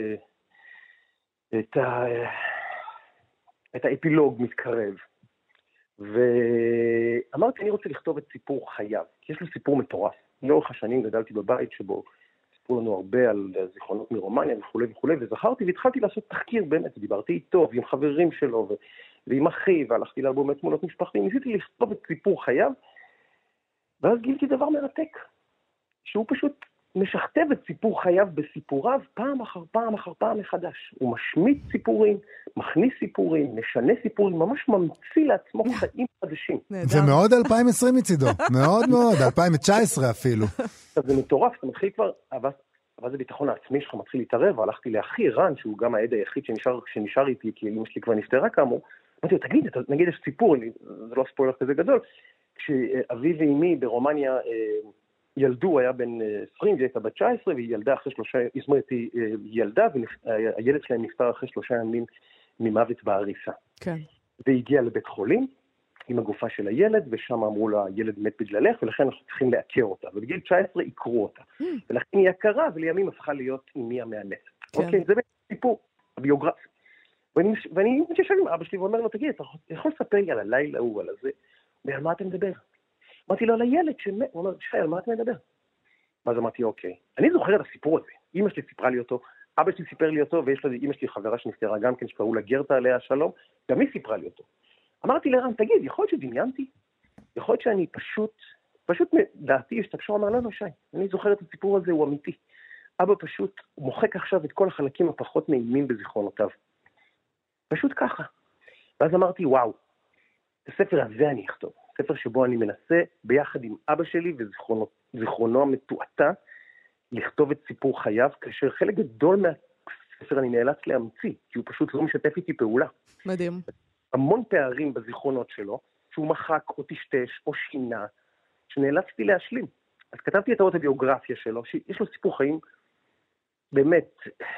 Speaker 5: את האפילוג מתקרב. ואמרתי, אני רוצה לכתוב את סיפור חייו, כי יש לו סיפור מטורף. לאורך השנים גדלתי בבית שבו סיפרו לנו הרבה על זיכרונות מרומניה וכו' וכו', וזכרתי והתחלתי לעשות תחקיר באמת, דיברתי איתו ועם חברים שלו ועם אחי, והלכתי לאלבומי תמונות משפחתיים, ניסיתי לכתוב את סיפור חייו, ואז גיליתי דבר מרתק, שהוא פשוט משכתב את סיפור חייו בסיפוריו פעם אחר פעם אחר פעם מחדש. הוא משמיט סיפורים, מכניס סיפורים, משנה סיפורים, ממש ממציא לעצמו חיים חדשים.
Speaker 3: ומאוד 2020 מצידו, מאוד מאוד, 2019 אפילו.
Speaker 5: זה מטורף, אתה מתחיל כבר, אבל זה ביטחון העצמי שלך מתחיל להתערב, והלכתי לאחי רן, שהוא גם העד היחיד שנשאר איתי, כי אמא שלי כבר נפטרה כאמור, אמרתי לו, תגיד, נגיד יש סיפור, זה לא ספוילר כזה גדול, כשאבי ואמי ברומניה ילדו, היה בן 20, והיא הייתה בת 19, והיא ילדה אחרי 3, זאת אומרת, היא ילדה, והילד שלהם נפטר אחרי 3 ימים ממוות בעריסה.
Speaker 4: כן.
Speaker 5: והיא הגיעה לבית חולים עם הגופה של הילד, ושם אמרו לה, הילד מת בגללך, ולכן אנחנו צריכים לעקר אותה. ובגיל 19 עקרו אותה. ולכן היא עקרה, ולימים הפכה להיות אמי המאמצת. אוקיי? זה סיפור, הביוגרפי. ואני מתיישב עם אבא שלי ואומר לו, תגיד, אתה יכול לספר לי על הלילה ההוא, על הזה? ועל מה אתה מדבר? אמרתי לו, על הילד שמת. הוא אומר, שי, על מה אתה מדבר? ואז אמרתי, אוקיי. אני זוכר את הסיפור הזה. אמא שלי סיפרה לי אותו, אבא שלי סיפר לי אותו, ויש לה אמא שלי חברה שנפטרה גם כן, שקראו לה גרטה עליה השלום, גם היא סיפרה לי אותו. אמרתי לרן, תגיד, יכול להיות שדמיינתי? יכול להיות שאני פשוט דעתי השתבשה, אמר, לא, שי, אני זוכר את הסיפור הזה, הוא אמיתי. אבא פשוט מוחק עכשיו את כל החלקים הפחות נעימים בזיכרונותיו. פשוט ככה. ואז אמרתי, וואו, את הספר הזה אני אכתוב. ספר שבו אני מנסה ביחד עם אבא שלי וזיכרונו המתועתה לכתוב את סיפור חייו, כאשר חלק גדול מהספר אני נאלץ להמציא, כי הוא פשוט לא משתף איתי פעולה.
Speaker 4: מדהים.
Speaker 5: המון פערים בזיכרונות שלו, שהוא מחק או טשטש או שינה, שנאלצתי להשלים. אז כתבתי את האוטוביוגרפיה שלו, שיש לו סיפור חיים באמת,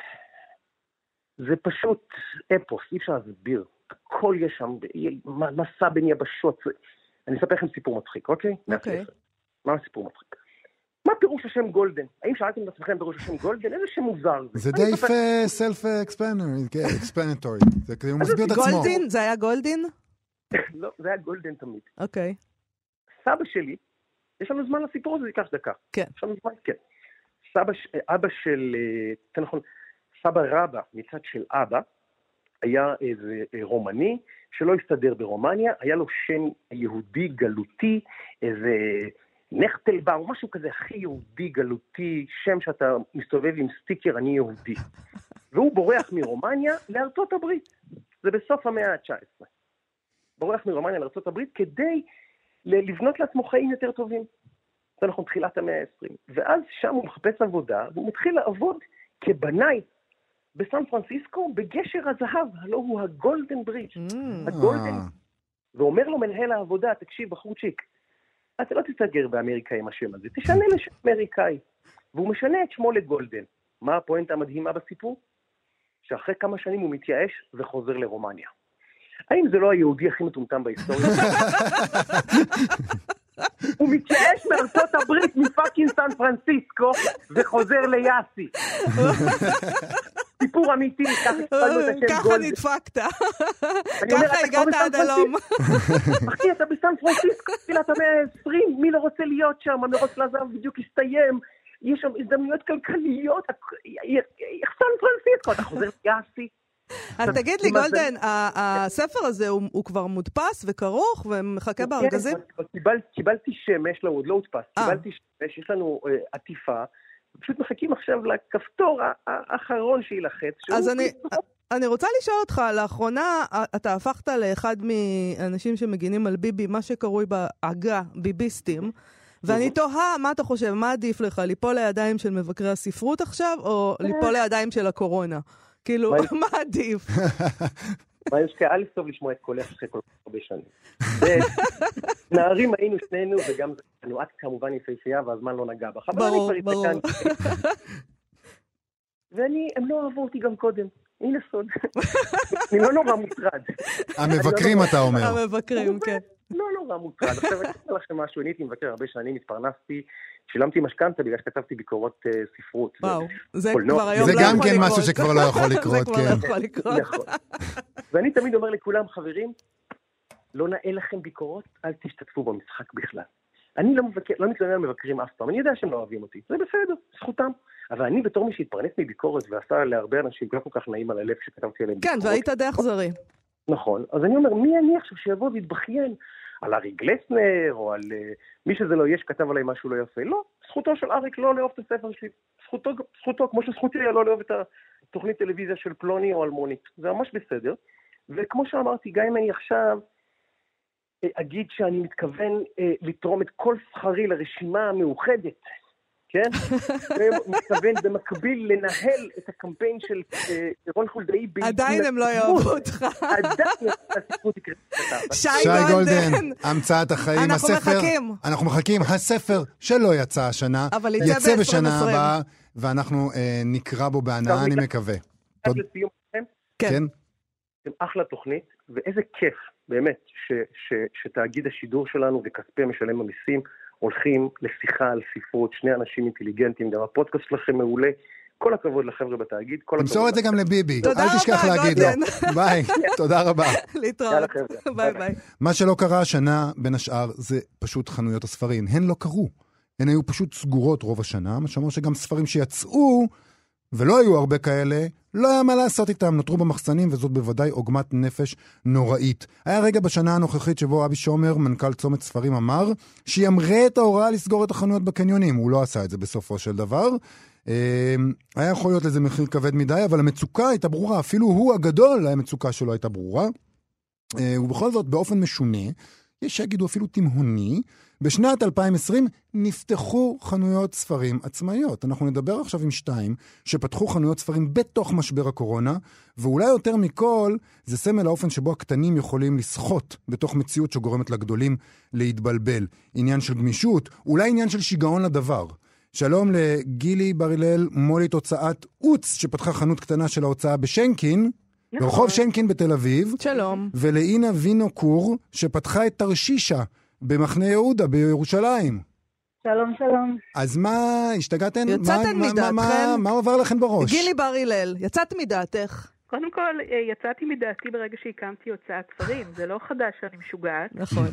Speaker 5: זה פשוט אפוס, אי אפשר להסביר. הכל יש שם, מסע בין יבשות. אני אספר לכם סיפור מצחיק, אוקיי?
Speaker 4: אוקיי.
Speaker 5: מה הסיפור מצחיק? מה פירוש השם גולדן? האם שאלתם את עצמכם פירוש השם גולדן? איזה שם מוזר זה?
Speaker 3: זה די self-explanatory. זה כדי הוא מסביר את עצמו.
Speaker 4: גולדין? זה היה גולדין?
Speaker 5: לא, זה היה גולדן תמיד.
Speaker 4: אוקיי.
Speaker 5: סבא שלי, יש לנו זמן לסיפור הזה, זה ייקח דקה.
Speaker 4: כן.
Speaker 5: יש לנו זמן, כן. אבא של, נכון, סבא רבא מצד של אבא, היה איזה רומני שלא הסתדר ברומניה, היה לו שם יהודי גלותי, איזה נחטלבאום, משהו כזה הכי יהודי גלותי, שם שאתה מסתובב עם סטיקר אני יהודי. והוא בורח מרומניה לארצות הברית. זה בסוף המאה ה-19. בורח מרומניה לארצות הברית כדי לבנות לעצמו חיים יותר טובים. זה אנחנו תחילת המאה ה-20. ואז שם הוא מחפש עבודה, והוא מתחיל לעבוד כבנאי בסן פרנסיסקו, בגשר הזהב, הלא הוא הגולדן ברידג'. הגולדן. ואומר לו מנהל העבודה, תקשיב בחורצ'יק, אתה לא תסגר באמריקאי עם השם הזה, תשנה לשם אמריקאי. והוא משנה את שמו לגולדן. מה הפואנטה המדהימה בסיפור? שאחרי כמה שנים הוא מתייאש וחוזר לרומניה. האם זה לא היהודי הכי מטומטם בהיסטוריה? הוא מתייאש מארצות הברית, מפאקינג סן פרנסיסקו, וחוזר ליאסי. סיפור אמיתי,
Speaker 4: ככה נדפקת. ככה הגעת עד הלום.
Speaker 5: אחי, אתה בסן פרנסיסקו, אתה 120, מי לא רוצה להיות שם? המרוץ לזהב בדיוק הסתיים, יש שם הזדמנויות כלכליות, סן פרנסיסקו, אתה חוזר ליאסי.
Speaker 4: אז תגיד לי, גולדן, הספר הזה הוא כבר מודפס וכרוך ומחכה בארגזים?
Speaker 5: קיבלתי שמש, לא, עוד לא הודפס, קיבלתי שמש, יש לנו עטיפה, פשוט מחכים עכשיו לכפתור האחרון שילחץ.
Speaker 4: אז אני רוצה לשאול אותך, לאחרונה אתה הפכת לאחד מאנשים שמגינים על ביבי, מה שקרוי בעגה, ביביסטים, ואני תוהה, מה אתה חושב, מה עדיף לך, ליפול לידיים של מבקרי הספרות עכשיו, או ליפול לידיים של הקורונה? כאילו, מה עדיף?
Speaker 5: מה יש כאלף טוב לשמוע את קולך אחרי כל כך הרבה שנים. נערים היינו שנינו, וגם את כמובן יפהפייה, והזמן לא נגע בך.
Speaker 4: ברור.
Speaker 5: הם לא אהבו אותי גם קודם. הנה סוד. אני לא נורא מוטרד.
Speaker 3: המבקרים אתה אומר.
Speaker 4: המבקרים, כן.
Speaker 5: לא נורא מוטרד. עכשיו אני אגיד לכם משהו, אני הייתי מבקר הרבה שנים, התפרנסתי, שילמתי משכנתה בגלל שכתבתי ביקורות ספרות.
Speaker 4: וואו, זה כבר היום
Speaker 3: זה
Speaker 4: לא יכול לקרות.
Speaker 3: גם כן משהו שכבר לא יכול לקרות,
Speaker 4: זה כבר לא יכול לקרות.
Speaker 5: נכון. ואני תמיד אומר לכולם, חברים, לא נאה לכם ביקורות, אל תשתתפו במשחק בכלל. אני לא מתלונן על מבקרים אף פעם, אני יודע שהם לא אוהבים אותי, זה בסדר, זכותם. אבל אני בתור מי שהתפרנס מביקורת ועשה להרבה אנשים כל כך נעים על הלב שכתבתי עליהם ביקורות.
Speaker 4: כן, והיית די אכזרי.
Speaker 5: נכון, אז אני אומר, מי אני עכשיו שיבוא ויתבכיין על אריק גלסנר, או על מי שזה לא יש, כתב עליי משהו לא יפה. לא, זכותו של אריק לא לאהוב את הספר שלי. זכותו, כמו שזכותי היה לא לאהוב את התוכנית טלוויזיה של פלוני או אלמונית. זה ממש בסדר. וכמו שאמרתי, גם אם אני עכשיו אגיד שאני מתכוון לתרום את כל שכרי לרשימה המאוחדת, כן? ומתכוון במקביל לנהל את הקמפיין של רון חולדאי.
Speaker 4: עדיין הם לא יאהבו אותך.
Speaker 5: עדיין הספרות יקרה.
Speaker 4: שי
Speaker 3: גולדן, המצאת החיים, אנחנו מחכים, הספר שלא יצא השנה, יצא בשנה הבאה, ואנחנו נקרא בו בהנאה, אני מקווה.
Speaker 5: עד לסיום לכם?
Speaker 3: כן.
Speaker 5: אתם אחלה תוכנית, ואיזה כיף, באמת, שתאגיד השידור שלנו וכספי משלם המיסים הולכים לשיחה על ספרות, שני אנשים אינטליגנטים, גם הפודקאסט שלכם מעולה, כל הכבוד לחבר'ה בתאגיד.
Speaker 3: תמסור את זה גם לביבי, אל תשכח להגיד לו. ביי, תודה רבה.
Speaker 4: להתראות, ביי ביי.
Speaker 3: מה שלא קרה השנה, בין השאר, זה פשוט חנויות הספרים. הן לא קרו, הן היו פשוט סגורות רוב השנה, מה שאומר שגם ספרים שיצאו, ולא היו הרבה כאלה, לא היה מה לעשות איתם, נותרו במחסנים, וזאת בוודאי עוגמת נפש נוראית. היה רגע בשנה הנוכחית שבו אבי שומר, מנכ"ל צומת ספרים, אמר שימרה את ההוראה לסגור את החנויות בקניונים. הוא לא עשה את זה בסופו של דבר. היה יכול להיות לזה מחיר כבד מדי, אבל המצוקה הייתה ברורה, אפילו הוא הגדול, המצוקה שלו הייתה ברורה. ובכל זאת, באופן משונה, יש שיגידו אפילו תימהוני, בשנת 2020 נפתחו חנויות ספרים עצמאיות. אנחנו נדבר עכשיו עם 2 שפתחו חנויות ספרים בתוך משבר הקורונה, ואולי יותר מכל זה סמל האופן שבו הקטנים יכולים לשחות בתוך מציאות שגורמת לגדולים להתבלבל. עניין של גמישות, אולי עניין של שיגעון לדבר. שלום לגילי בר-הלל, מולית הוצאת אוץ, שפתחה חנות קטנה של ההוצאה בשנקין, ברחוב שנקין בתל אביב.
Speaker 4: שלום.
Speaker 3: ולאינה וינוקור, שפתחה את תרשישה במחנה יהודה בירושלים.
Speaker 6: שלום, שלום.
Speaker 3: אז מה, השתגעתן?
Speaker 4: יצאתן מדעתכן?
Speaker 3: מה עובר לכם בראש?
Speaker 4: גילי בר-הלל, יצאת מדעתך?
Speaker 6: קודם כל, יצאתי מדעתי ברגע שהקמתי הוצאת ספרים. זה לא חדש שאני משוגעת.
Speaker 4: נכון.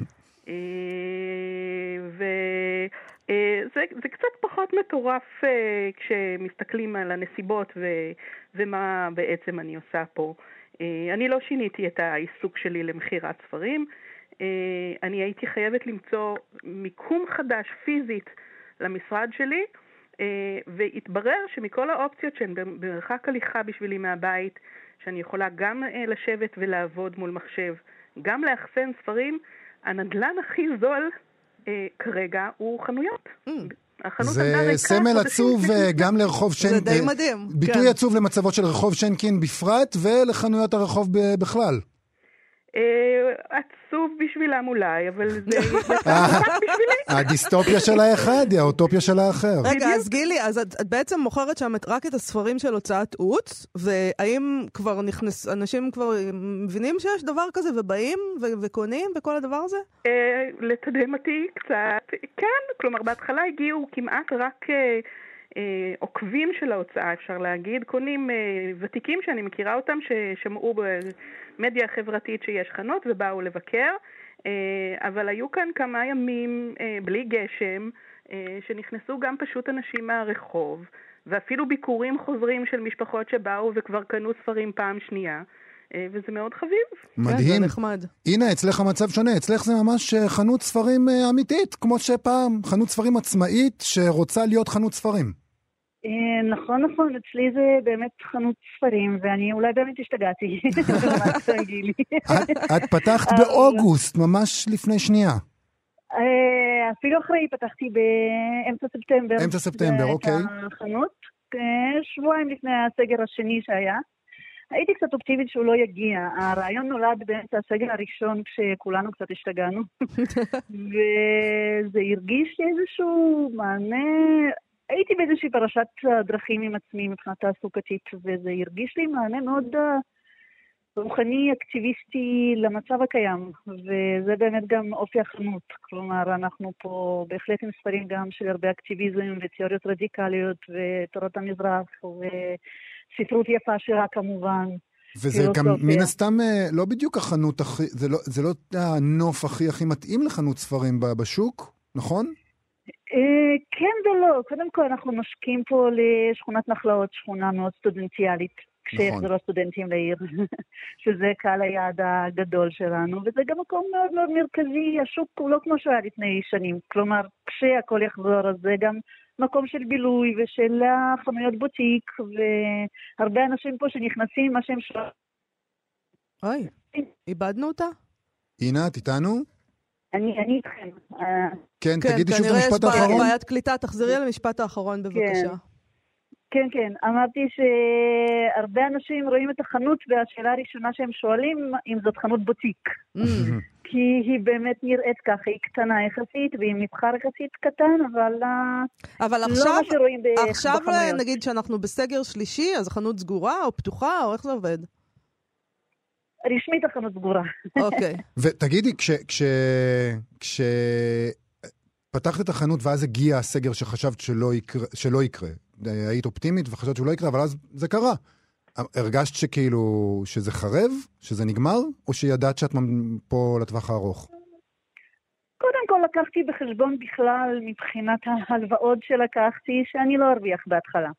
Speaker 6: וזה קצת פחות מטורף כשמסתכלים על הנסיבות ומה בעצם אני עושה פה. אני לא שיניתי את העיסוק שלי למחירת ספרים. אני הייתי חייבת למצוא מיקום חדש פיזית למשרד שלי, והתברר שמכל האופציות שהן במרחק הליכה בשבילי מהבית, שאני יכולה גם לשבת ולעבוד מול מחשב, גם לאחסן ספרים, הנדלן הכי זול כרגע הוא חנויות.
Speaker 3: זה סמל עצוב גם לרחוב שנקין.
Speaker 4: זה די מדהים.
Speaker 3: ביטוי עצוב למצבות של רחוב שנקין בפרט ולחנויות הרחוב בכלל.
Speaker 6: עצוב בשבילם אולי, אבל זה בשבילי.
Speaker 3: הדיסטופיה של האחד היא האוטופיה של האחר.
Speaker 4: רגע, אז גילי, אז את בעצם מוכרת שם רק את הספרים של הוצאת עוץ, והאם כבר אנשים כבר מבינים שיש דבר כזה ובאים וקונים וכל הדבר הזה?
Speaker 6: לתדהמתי קצת, כן, כלומר בהתחלה הגיעו כמעט רק עוקבים של ההוצאה, אפשר להגיד, קונים ותיקים שאני מכירה אותם, ששמעו במדיה החברתית שיש חנות ובאו לבקר, אבל היו כאן כמה ימים בלי גשם, שנכנסו גם פשוט אנשים מהרחוב, ואפילו ביקורים חוזרים של משפחות שבאו וכבר קנו ספרים פעם שנייה, וזה מאוד חביב.
Speaker 3: מדהים.
Speaker 4: זה נחמד.
Speaker 3: הנה, אצלך המצב שונה. אצלך זה ממש חנות ספרים אמיתית, כמו שפעם, חנות ספרים עצמאית שרוצה להיות חנות ספרים.
Speaker 7: נכון, אצלי זה באמת חנות ספרים, ואני אולי באמת השתגעתי.
Speaker 3: את פתחת באוגוסט, ממש לפני שנייה.
Speaker 7: אפילו אחרי פתחתי באמצע ספטמבר.
Speaker 3: אמצע ספטמבר, אוקיי.
Speaker 7: את החנות, שבועיים לפני הסגר השני שהיה. הייתי קצת אופטימית שהוא לא יגיע. הרעיון נולד באמצע הסגר הראשון כשכולנו קצת השתגענו. וזה הרגיש איזשהו מענה. הייתי באיזושהי פרשת דרכים עם עצמי מבחינת תעסוקתית, וזה הרגיש לי מענה מאוד רוחני, אקטיביסטי למצב הקיים. וזה באמת גם אופי החנות. כלומר, אנחנו פה בהחלט עם ספרים גם של הרבה אקטיביזם ותיאוריות רדיקליות ותורת המזרח ספרות יפה שירה כמובן.
Speaker 3: וזה גם מן הסתם לא בדיוק החנות הכי, זה לא הנוף הכי מתאים לחנות ספרים בשוק, נכון?
Speaker 7: כן ולא. קודם כל אנחנו משקיעים פה לשכונת נחלאות, שכונה מאוד סטודנטיאלית, כשיחזרו הסטודנטים לעיר, שזה קהל היעד הגדול שלנו, וזה גם מקום מאוד מאוד מרכזי. השוק הוא לא כמו שהיה לפני שנים, כלומר כשהכל יחזור אז זה גם מקום של בילוי ושל חנויות בוטיק, והרבה אנשים פה שנכנסים, מה שהם שואלים.
Speaker 4: אוי, איבדנו אותה?
Speaker 3: הנה, את איתנו?
Speaker 7: אני איתכם.
Speaker 3: כן, תגידי שוב את המשפט האחרון.
Speaker 4: כנראה יש בעיית קליטה, תחזרי על המשפט האחרון בבקשה.
Speaker 7: כן, אמרתי שהרבה אנשים רואים את החנות, והשאלה הראשונה שהם שואלים אם זאת חנות בוטיק. כי היא באמת נראית ככה, היא קטנה יחסית, והיא מבחר יחסית קטן, אבל לא מה שרואים בחנויות.
Speaker 4: עכשיו נגיד שאנחנו בסגר שלישי, אז החנות סגורה או פתוחה, או איך זה עובד?
Speaker 7: רשמית החנות סגורה.
Speaker 4: אוקיי.
Speaker 3: ותגידי, כשפתחת את החנות ואז הגיע הסגר שחשבת שלא יקרה, היית אופטימית וחשבת שהוא לא יקרה, אבל אז זה קרה. הרגשת שכאילו, שזה חרב? שזה נגמר? או שידעת שאת פה לטווח הארוך?
Speaker 7: קודם כל לקחתי בחשבון בכלל מבחינת ההלוואות שלקחתי, שאני לא ארוויח בהתחלה.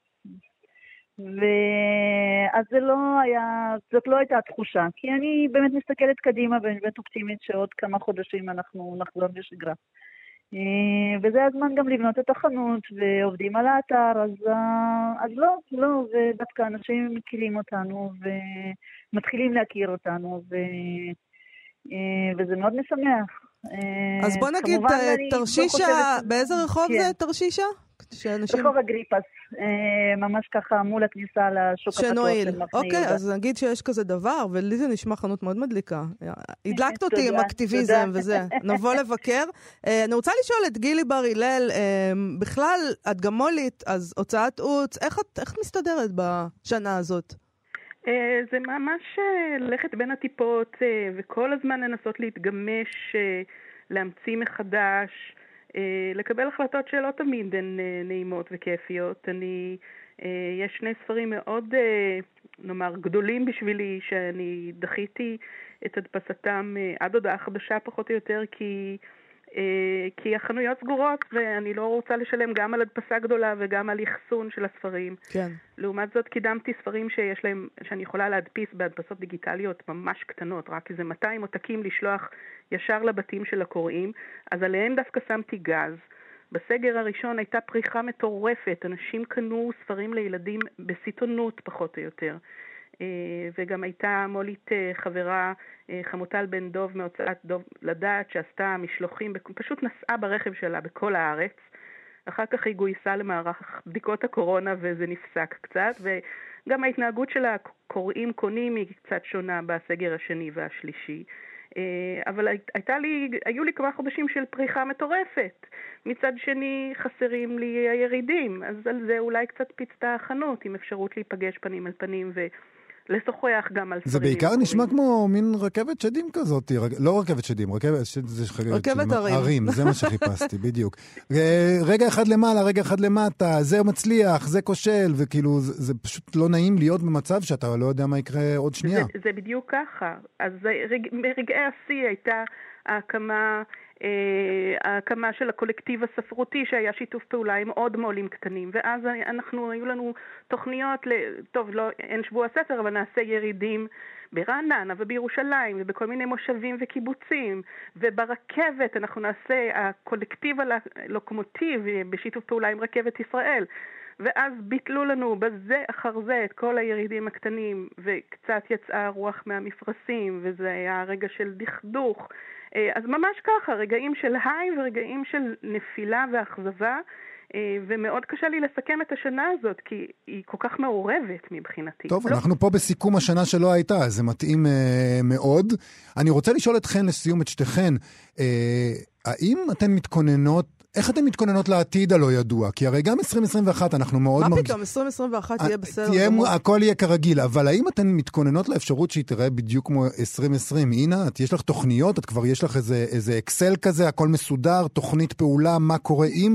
Speaker 7: ואז זאת לא הייתה התחושה, כי אני באמת מסתכלת קדימה ואני באמת אופטימית שעוד כמה חודשים אנחנו נחזור לשגרה. וזה הזמן גם לבנות את החנות ועובדים על האתר, אז לא, ודווקא אנשים מכירים אותנו ומתחילים להכיר אותנו, וזה מאוד משמח.
Speaker 4: אז בוא נגיד, תרשישה, באיזה רחוב זה תרשישה?
Speaker 7: רחוב אגריפס, ממש ככה מול הכניסה לשוק הפתוח של מחנה יהודה.
Speaker 4: אוקיי, אז נגיד שיש כזה דבר, ולי זה נשמע חנות מאוד מדליקה. הדלקת אותי עם אקטיביזם וזה. נבוא לבקר. אני רוצה לשאול את גילי בר הלל, בכלל, את גמולית, אז הוצאת עוץ, איך את מסתדרת בשנה הזאת?
Speaker 6: זה ממש ללכת בין הטיפות, וכל הזמן לנסות להתגמש, להמציא מחדש, לקבל החלטות שלא תמיד הן נעימות וכיפיות. יש שני ספרים מאוד, נאמר, גדולים בשבילי, שאני דחיתי את הדפסתם עד הודעה חדשה פחות או יותר, כי החנויות סגורות, ואני לא רוצה לשלם גם על הדפסה גדולה וגם על יחסון של הספרים.
Speaker 4: כן.
Speaker 6: לעומת זאת קידמתי ספרים שיש להם, שאני יכולה להדפיס בהדפסות דיגיטליות ממש קטנות, רק איזה 200 עותקים לשלוח ישר לבתים של הקוראים, אז עליהם דווקא שמתי גז. בסגר הראשון הייתה פריחה מטורפת, אנשים קנו ספרים לילדים בסיטונות פחות או יותר. וגם הייתה מולית חברה, חמוטל בן דוב מהוצאת דוב לדעת, שעשתה משלוחים, פשוט נסעה ברכב שלה בכל הארץ. אחר כך היא גויסה למערך בדיקות הקורונה וזה נפסק קצת, וגם ההתנהגות של הקוראים קונים היא קצת שונה בסגר השני והשלישי. אבל היו לי כמה חודשים של פריחה מטורפת. מצד שני חסרים לי הירידים, אז על זה אולי קצת פיצתה החנות, עם אפשרות להיפגש פנים על פנים ולשוחח גם על ספרים.
Speaker 3: זה בעיקר נשמע כמו מין רכבת שדים כזאת, לא רכבת שדים, רכבת הרים, זה מה שחיפשתי, בדיוק. רגע אחד למעלה, רגע אחד למטה, זה מצליח, זה כושל, וכאילו זה פשוט לא נעים להיות במצב שאתה לא יודע מה יקרה עוד שנייה.
Speaker 6: זה בדיוק ככה. אז ברגעי השיא הייתה ההקמה של הקולקטיב הספרותי, שהיה שיתוף פעולה עם עוד מו"לים קטנים, ואז היו לנו תוכניות, טוב, לא, אין שבוע הספר, אבל נעשה ירידים ברעננה ובירושלים ובכל מיני מושבים וקיבוצים, וברכבת אנחנו נעשה הקולקטיב הלוקומוטיב בשיתוף פעולה עם רכבת ישראל, ואז ביטלו לנו בזה אחר זה את כל הירידים הקטנים, וקצת יצאה רוח מהמפרשים, וזה היה רגע של דכדוך. אז ממש ככה, רגעים של היי ורגעים של נפילה ואכזבה, ומאוד קשה לי לסכם את השנה הזאת, כי היא כל כך מעורבת מבחינתי.
Speaker 3: טוב, אנחנו פה בסיכום השנה שלא הייתה, אז זה מתאים מאוד. אני רוצה לשאול אתכן לסיום, את שתיכן, האם אתן מתכוננות, איך אתן מתכוננות לעתיד הלא ידוע? כי הרי גם 2021 אנחנו מאוד
Speaker 4: מה פתאום, 2021 יהיה בסדר.
Speaker 3: הכל יהיה כרגיל, אבל האם אתן מתכוננות לאפשרות שהיא תראה בדיוק כמו 2020? הנה, יש לך תוכניות, כבר יש לך איזה אקסל כזה, הכל מסודר, תוכנית פעולה, מה קורה עם?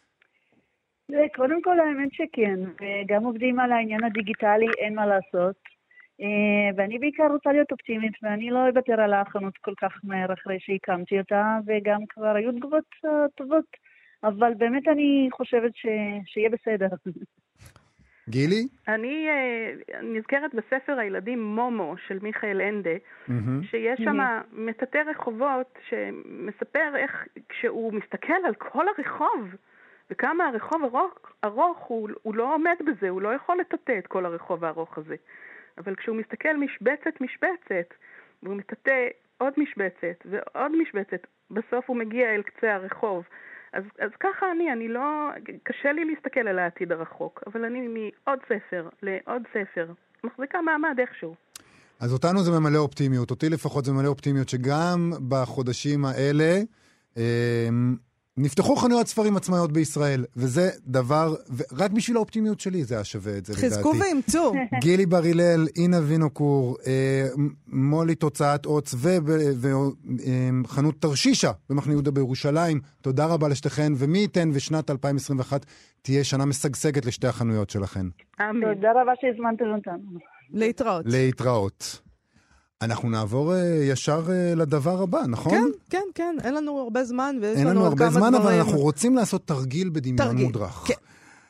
Speaker 7: קודם כל האמת שכן, וגם עובדים על העניין הדיגיטלי, אין מה לעשות. ואני בעיקר רוצה להיות אופטימית, ואני לא אוותר על החנות כל כך מהר אחרי שהקמתי אותה, וגם כבר היו תגובות טובות, אבל באמת אני חושבת שיהיה בסדר.
Speaker 3: גילי?
Speaker 6: אני נזכרת בספר הילדים מומו של מיכאל אנדה, שיש שם מטאטא רחובות שמספר איך כשהוא מסתכל על כל הרחוב, וכמה הרחוב ארוך, הוא לא עומד בזה, הוא לא יכול לטאטא את כל הרחוב הארוך הזה. אבל כשהוא מסתכל משבצת, והוא מטאטא עוד משבצת ועוד משבצת, בסוף הוא מגיע אל קצה הרחוב. אז ככה אני לא, קשה לי להסתכל על העתיד הרחוק, אבל אני מעוד ספר לעוד ספר, מחזיקה מעמד איכשהו.
Speaker 3: אז אותנו זה ממלא אופטימיות, אותי לפחות זה ממלא אופטימיות, שגם בחודשים האלה, נפתחו חנויות ספרים עצמאיות בישראל, וזה דבר, רק בשביל האופטימיות שלי זה השווה את זה לדעתי.
Speaker 4: חזקו ואמצו.
Speaker 3: גילי בר-הלל, אינה וינוקור, מולי תוצאת עוץ, וחנות תרשישה במחנה יהודה בירושלים. תודה רבה לשתיכן, ומי ייתן ושנת 2021 תהיה שנה משגשגת לשתי החנויות שלכן.
Speaker 7: תודה רבה שהזמנתם אותנו.
Speaker 4: להתראות.
Speaker 3: להתראות. אנחנו נעבור ישר לדבר הבא, נכון?
Speaker 4: כן, אין לנו הרבה זמן, ויש
Speaker 3: לנו
Speaker 4: עוד
Speaker 3: הרבה
Speaker 4: כמה
Speaker 3: זמן,
Speaker 4: דברים.
Speaker 3: אבל אנחנו רוצים לעשות תרגיל בדמיון מודרך.
Speaker 4: כן.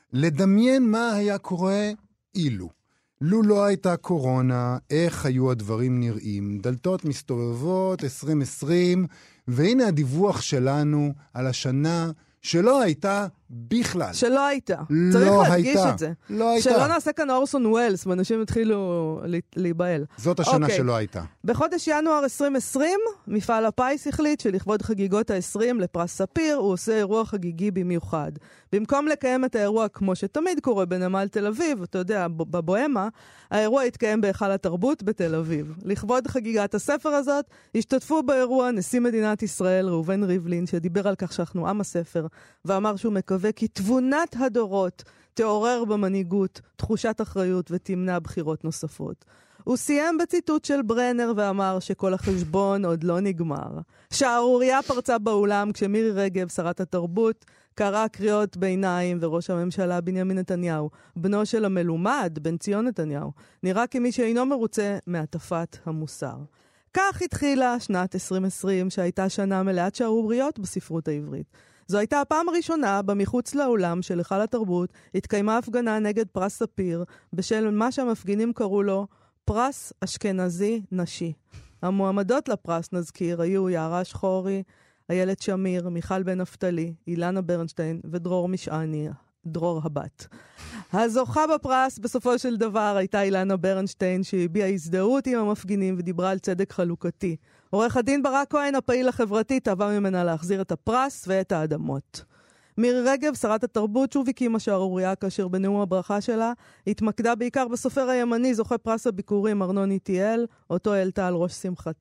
Speaker 3: לדמיין מה היה קורה אילו. לו לא הייתה קורונה, איך היו הדברים נראים. דלתות מסתובבות, 2020, והנה הדיווח שלנו על השנה שלא הייתה בכלל.
Speaker 4: שלא הייתה.
Speaker 3: לא
Speaker 4: צריך
Speaker 3: הייתה.
Speaker 4: להדגיש את זה.
Speaker 3: לא הייתה.
Speaker 4: שלא נעשה כאן אורסון ווילס, ואנשים התחילו להיבהל.
Speaker 3: זאת השנה שלא הייתה.
Speaker 4: בחודש ינואר 2020, מפעל הפיס החליט שלכבוד חגיגות ה-20 לפרס ספיר, הוא עושה אירוע חגיגי במיוחד. במקום לקיים את האירוע כמו שתמיד קורה בנמל תל אביב, אתה יודע, בבוהמה, האירוע התקיים בהיכל התרבות בתל אביב. לכבוד חגיגת הספר הזאת, השתתפו באירוע נשיא מדינת ישראל, ראובן ריבלין, שדיבר על כך שאנחנו עם הספר, ואמר שהוא מקווה כי תבונת הדורות תעורר במנהיגות תחושת אחריות ותמנע בחירות נוספות. הוא סיים בציטוט של ברנר ואמר שכל החשבון עוד לא נגמר. שערוריה פרצה באולם כשמירי רגב, שרת התרבות, קרא קריאות ביניים, וראש הממשלה בנימין נתניהו, בנו של המלומד, בן ציון נתניהו, נראה כמי שאינו מרוצה מהטפת המוסר. כך התחילה שנת 2020, שהייתה שנה מלאת שערוריות בספרות העברית. זו הייתה הפעם הראשונה במחוץ לאולם של היכל התרבות, התקיימה הפגנה נגד פרס ספיר, בשל מה שהמפגינים קראו לו פרס אשכנזי נשי. המועמדות לפרס, נזכיר, היו יערה שחורי, איילת שמיר, מיכל בן נפתלי, אילנה ברנשטיין ודרור משעני, דרור הבת. הזוכה בפרס בסופו של דבר הייתה אילנה ברנשטיין, שהביעה הזדהות עם המפגינים ודיברה על צדק חלוקתי. עורך הדין ברק כהן, הפעיל החברתי, תבע ממנה להחזיר את הפרס ואת האדמות. מירי רגב, שרת התרבות, שוב הקימה שערוריה, כאשר בנאום הברכה שלה התמקדה בעיקר בסופר הימני, זוכה פרס הביקורים ארנון איטיאל, אותו העלתה על ראש שמחתה.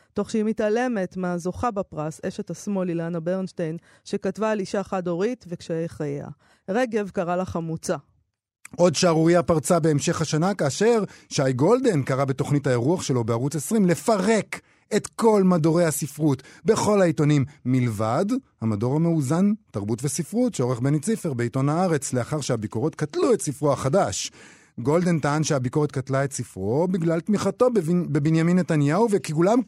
Speaker 4: תוך שהיא מתעלמת מהזוכה בפרס, אשת השמאל אילנה ברנשטיין, שכתבה על אישה חד-הורית וקשיי חייה. רגב קרא לה חמוצה.
Speaker 3: עוד שערוריה פרצה בהמשך השנה, כאשר שי גולדן קרא בתוכנית האירוח שלו בערוץ 20 לפרק את כל מדורי הספרות בכל העיתונים, מלבד המדור המאוזן, תרבות וספרות, שעורך בני ציפר בעיתון הארץ, לאחר שהביקורות קטלו את ספרו החדש. גולדן טען שהביקורת קטלה את ספרו בגלל תמיכתו בבנימין נתניהו, וכי כולם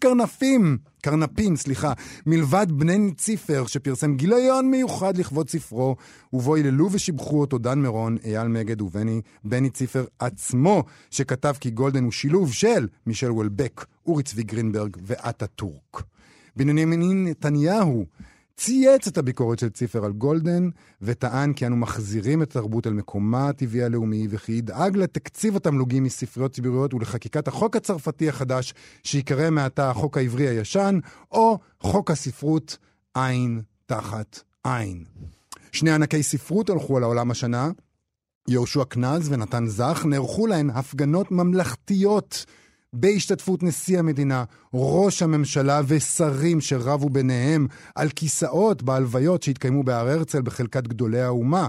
Speaker 3: קרנפים, מלבד בני ציפר שפרסם גיליון מיוחד לכבוד ספרו, ובו היללו ושיבחו אותו דן מירון, אייל מגד ובני ציפר עצמו, שכתב כי גולדן הוא שילוב של מישל וולבק, אורי צבי גרינברג ואטאטורק. בנימין נתניהו צייץ את הביקורת של ציפר על גולדן, וטען כי אנו מחזירים את התרבות אל מקומה הטבעי הלאומי, וכי ידאג לתקציב התמלוגים מספריות ציבוריות ולחקיקת החוק הצרפתי החדש, שיקרא מעתה החוק העברי הישן, או חוק הספרות עין תחת עין. שני ענקי ספרות הלכו על העולם השנה, יהושע קנז ונתן זך, נערכו להן הפגנות ממלכתיות, בהשתתפות נשיא המדינה, ראש הממשלה ושרים שרבו ביניהם על כיסאות בהלוויות שהתקיימו בהר הרצל בחלקת גדולי האומה.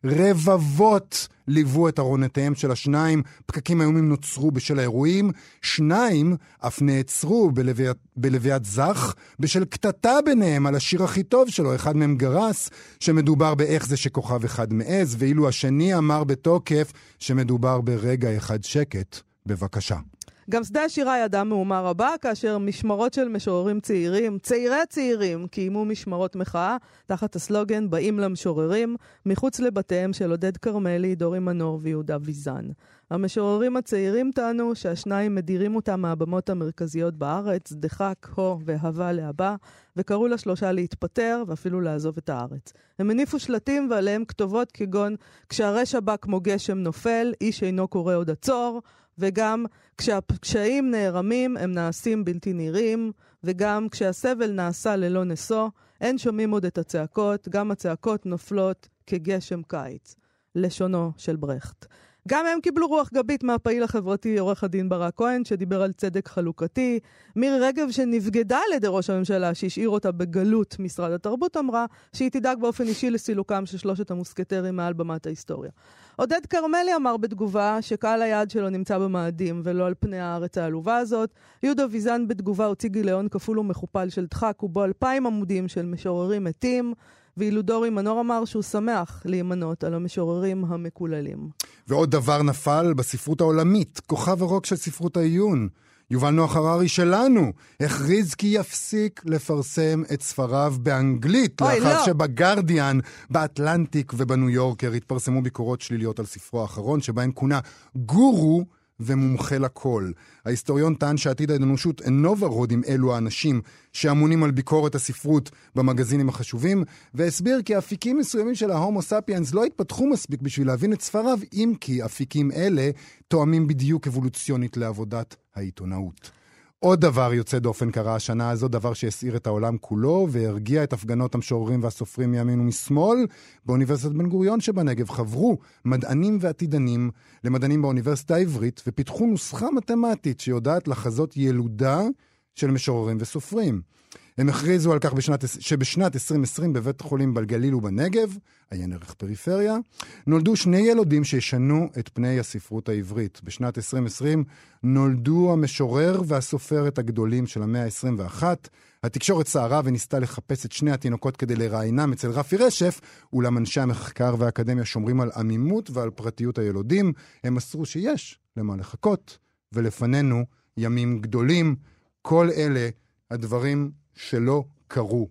Speaker 3: רבבות ליוו את ארונותיהם של השניים, פקקים איומים נוצרו בשל האירועים, שניים אף נעצרו בלוויית זך בשל קטטה ביניהם על השיר הכי טוב שלו. אחד מהם גרס שמדובר באיך זה שכוכב אחד מעז, ואילו השני אמר בתוקף שמדובר ברגע אחד שקט. בבקשה.
Speaker 4: גם שדה השירה ידע מהומה רבה, כאשר משמרות של משוררים צעירים, צעירים, קיימו משמרות מחאה, תחת הסלוגן באים למשוררים, מחוץ לבתיהם של עודד קרמלי, דורי מנור ויהודה ויזן. המשוררים הצעירים טענו שהשניים מדירים אותם מהבמות המרכזיות בארץ, דחק, הו והווה להבא, וקראו לשלושה להתפטר ואפילו לעזוב את הארץ. הם הניפו שלטים ועליהם כתובות כגון, כשהרש הבא כמו גשם נופל, איש אינו קורא עוד עצור, וגם כשהפשעים נערמים הם נעשים בלתי נראים, וגם כשהסבל נעשה ללא נשוא, אין שומעים עוד את הצעקות, גם הצעקות נופלות כגשם קיץ. לשונו של ברכט. גם הם קיבלו רוח גבית מהפעיל החברתי עורך הדין ברק כהן, שדיבר על צדק חלוקתי. מירי רגב, שנבגדה על ידי ראש הממשלה, שהשאיר אותה בגלות משרד התרבות, אמרה שהיא תדאג באופן אישי לסילוקם של שלושת המוסקטרים מעל במת ההיסטוריה. עודד קרמלי אמר בתגובה שקהל היעד שלו נמצא במאדים ולא על פני הארץ העלובה הזאת. יהודה ויזן בתגובה הוציא גיליון כפול ומכופל של דחק, ובו 2,000 עמודים של משוררים מתים, ואילו דורי מנור אמר שהוא שמח להימנות על המשוררים המקוללים.
Speaker 3: ועוד דבר נפל בספרות העולמית, כוכב הרוק של ספרות העיון. יובל נוח הררי שלנו הכריז כי יפסיק לפרסם את ספריו באנגלית, לאחר שבגרדיאן, באטלנטיק ובניו יורקר התפרסמו ביקורות שליליות על ספרו האחרון, שבהן כונה גורו ומומחה לכל. ההיסטוריון טען שעתיד האנושות אינו ורוד עם אלו האנשים שאמונים על ביקורת הספרות במגזינים החשובים, והסביר כי אפיקים מסוימים של ההומו ספיאנס לא התפתחו מספיק בשביל להבין את ספריו, אם כי אפיקים אלה תואמים בדיוק אבולוציונית לעבודת העיתונאות. עוד דבר יוצא דופן קרה השנה הזו, דבר שהסעיר את העולם כולו והרגיע את הפגנות המשוררים והסופרים מימין ומשמאל. באוניברסיטת בן גוריון שבנגב חברו מדענים ועתידנים למדענים באוניברסיטה העברית ופיתחו נוסחה מתמטית שיודעת לחזות ילודה של משוררים וסופרים. הם הכריזו על כך שבשנת 2020 בבית חולים בגליל ובנגב, עיין ערך פריפריה, נולדו שני ילודים שישנו את פני הספרות העברית. בשנת 2020 נולדו המשורר והסופרת הגדולים של המאה ה-21. התקשורת סערה וניסתה לחפש את שני התינוקות כדי לראיינם אצל רפי רשף, אולם אנשי המחקר והאקדמיה שומרים על עמימות ועל פרטיות הילודים. הם מסרו שיש למה לחכות, ולפנינו ימים גדולים. כל אלה הדברים שלא קרו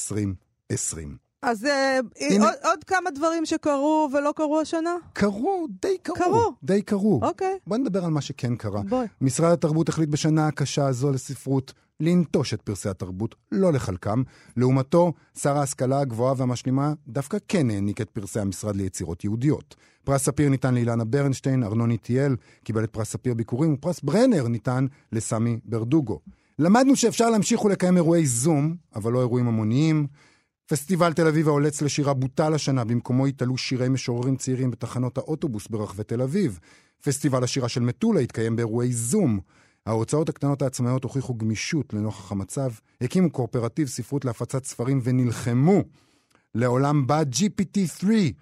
Speaker 3: ב-2020.
Speaker 4: אז עוד כמה דברים שקרו ולא קרו השנה?
Speaker 3: די קרו.
Speaker 4: אוקיי.
Speaker 3: בוא נדבר על מה שכן קרה.
Speaker 4: בואי.
Speaker 3: משרד התרבות החליט בשנה הקשה הזו לספרות לנטוש את פרסי התרבות, לא לחלקם. לעומתו, שר ההשכלה הגבוהה והמשלימה דווקא כן העניק את פרסי המשרד ליצירות יהודיות. פרס ספיר ניתן לאילנה ברנשטיין, ארנון איטיאל קיבל את פרס ספיר ביקורים, ופרס ברנר ניתן לסמי ברדוגו. למדנו שאפשר להמשיך ולקיים אירועי זום, אבל לא אירועים המוניים. פסטיבל תל אביב העולץ לשירה בוטל השנה, במקומו יתעלו שירי משוררים צעירים בתחנות האוטובוס ברחבי תל אביב. פסטיבל השירה של מטולה התקיים באירועי זום. ההוצאות הקטנות העצמאיות הוכיחו גמישות לנוכח המצב, הקימו קואופרטיב ספרות להפצת ספרים ונלחמו. לעולם בא GPT-3,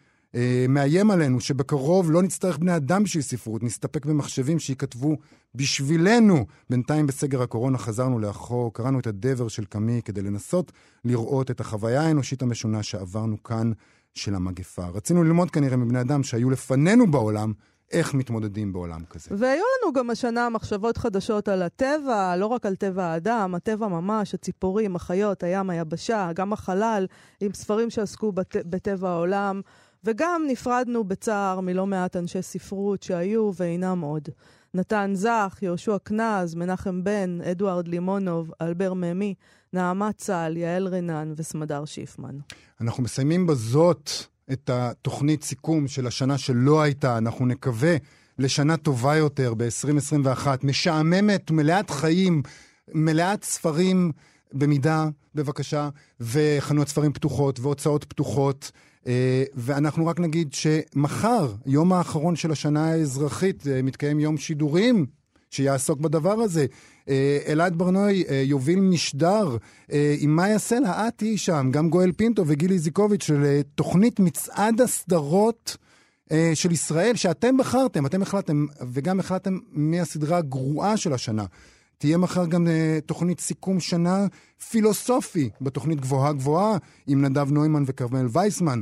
Speaker 3: מאיים עלינו שבקרוב לא נצטרך בני אדם בשביל ספרות, נסתפק במחשבים שיכתבו בשבילנו. בינתיים בסגר הקורונה חזרנו לאחור, קראנו את הדבר של קמי כדי לנסות לראות את החוויה האנושית המשונה שעברנו כאן של המגפה. רצינו ללמוד כנראה מבני אדם שהיו לפנינו בעולם, איך מתמודדים בעולם כזה.
Speaker 4: והיו לנו גם השנה מחשבות חדשות על הטבע, לא רק על טבע האדם, הטבע ממש, הציפורים, החיות, הים, היבשה, גם החלל, עם ספרים שעסקו בטבע העולם, וגם נפרדנו בצער מלא מעט אנשי ספרות שהיו ואינם עוד. נתן זך, יהושע כנז, מנחם בן, אדוארד לימונוב, אלבר ממי, נעמה צל, יעל רנן וסמדר שיפמן. אנחנו
Speaker 3: מסיימים בזאת את התוכנית סיכום של השנה שלא הייתה. אנחנו נקווה לשנה טובה יותר ב-2021, משעממת, מלאת חיים, מלאת ספרים במידה, בבקשה, וחנויות ספרים פתוחות והוצאות פתוחות. ואנחנו רק נגיד שמחר, יום האחרון של השנה האזרחית, מתקיים יום שידורים שיעסוק בדבר הזה. אלעד ברנוי יוביל משדר עם מאיה סלע, את היא שם, גם גואל פינטו וגילי זיקוביץ' של תוכנית מצעד הסדרות של ישראל, שאתם בחרתם, אתם החלטתם, וגם החלטתם מהסדרה הגרועה של השנה. תהיה מחר גם תוכנית סיכום שנה פילוסופי, בתוכנית גבוהה גבוהה, עם נדב נוימן וכרמל וייסמן.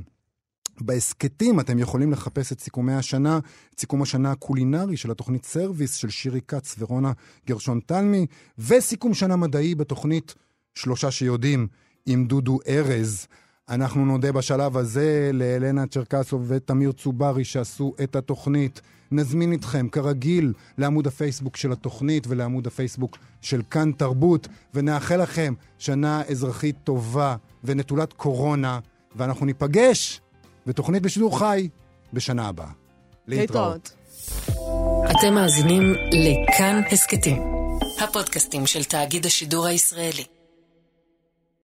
Speaker 3: בעסקטים אתם יכולים לחפש את סיכומי השנה, את סיכום השנה הקולינרי של התוכנית סרוויס של שירי קץ ורונה גרשון תלמי, וסיכום שנה מדעי בתוכנית שלושה שיודעים עם דודו ארז. אנחנו נודה בשלב הזה לאלנה צ'רקסוב ותמיר צוברי שעשו את התוכנית. נזמין אתכם כרגיל לעמוד הפייסבוק של התוכנית ולעמוד הפייסבוק של כאן תרבות, ונאחל לכם שנה אזרחית טובה ונטולת קורונה, ואנחנו ניפגש בתוכנית בשידור חי בשנה הבאה. להתראות.
Speaker 1: אתם מאזינים לכאן הסקטים, הפודקאסטים של תאגיד השידור הישראלי.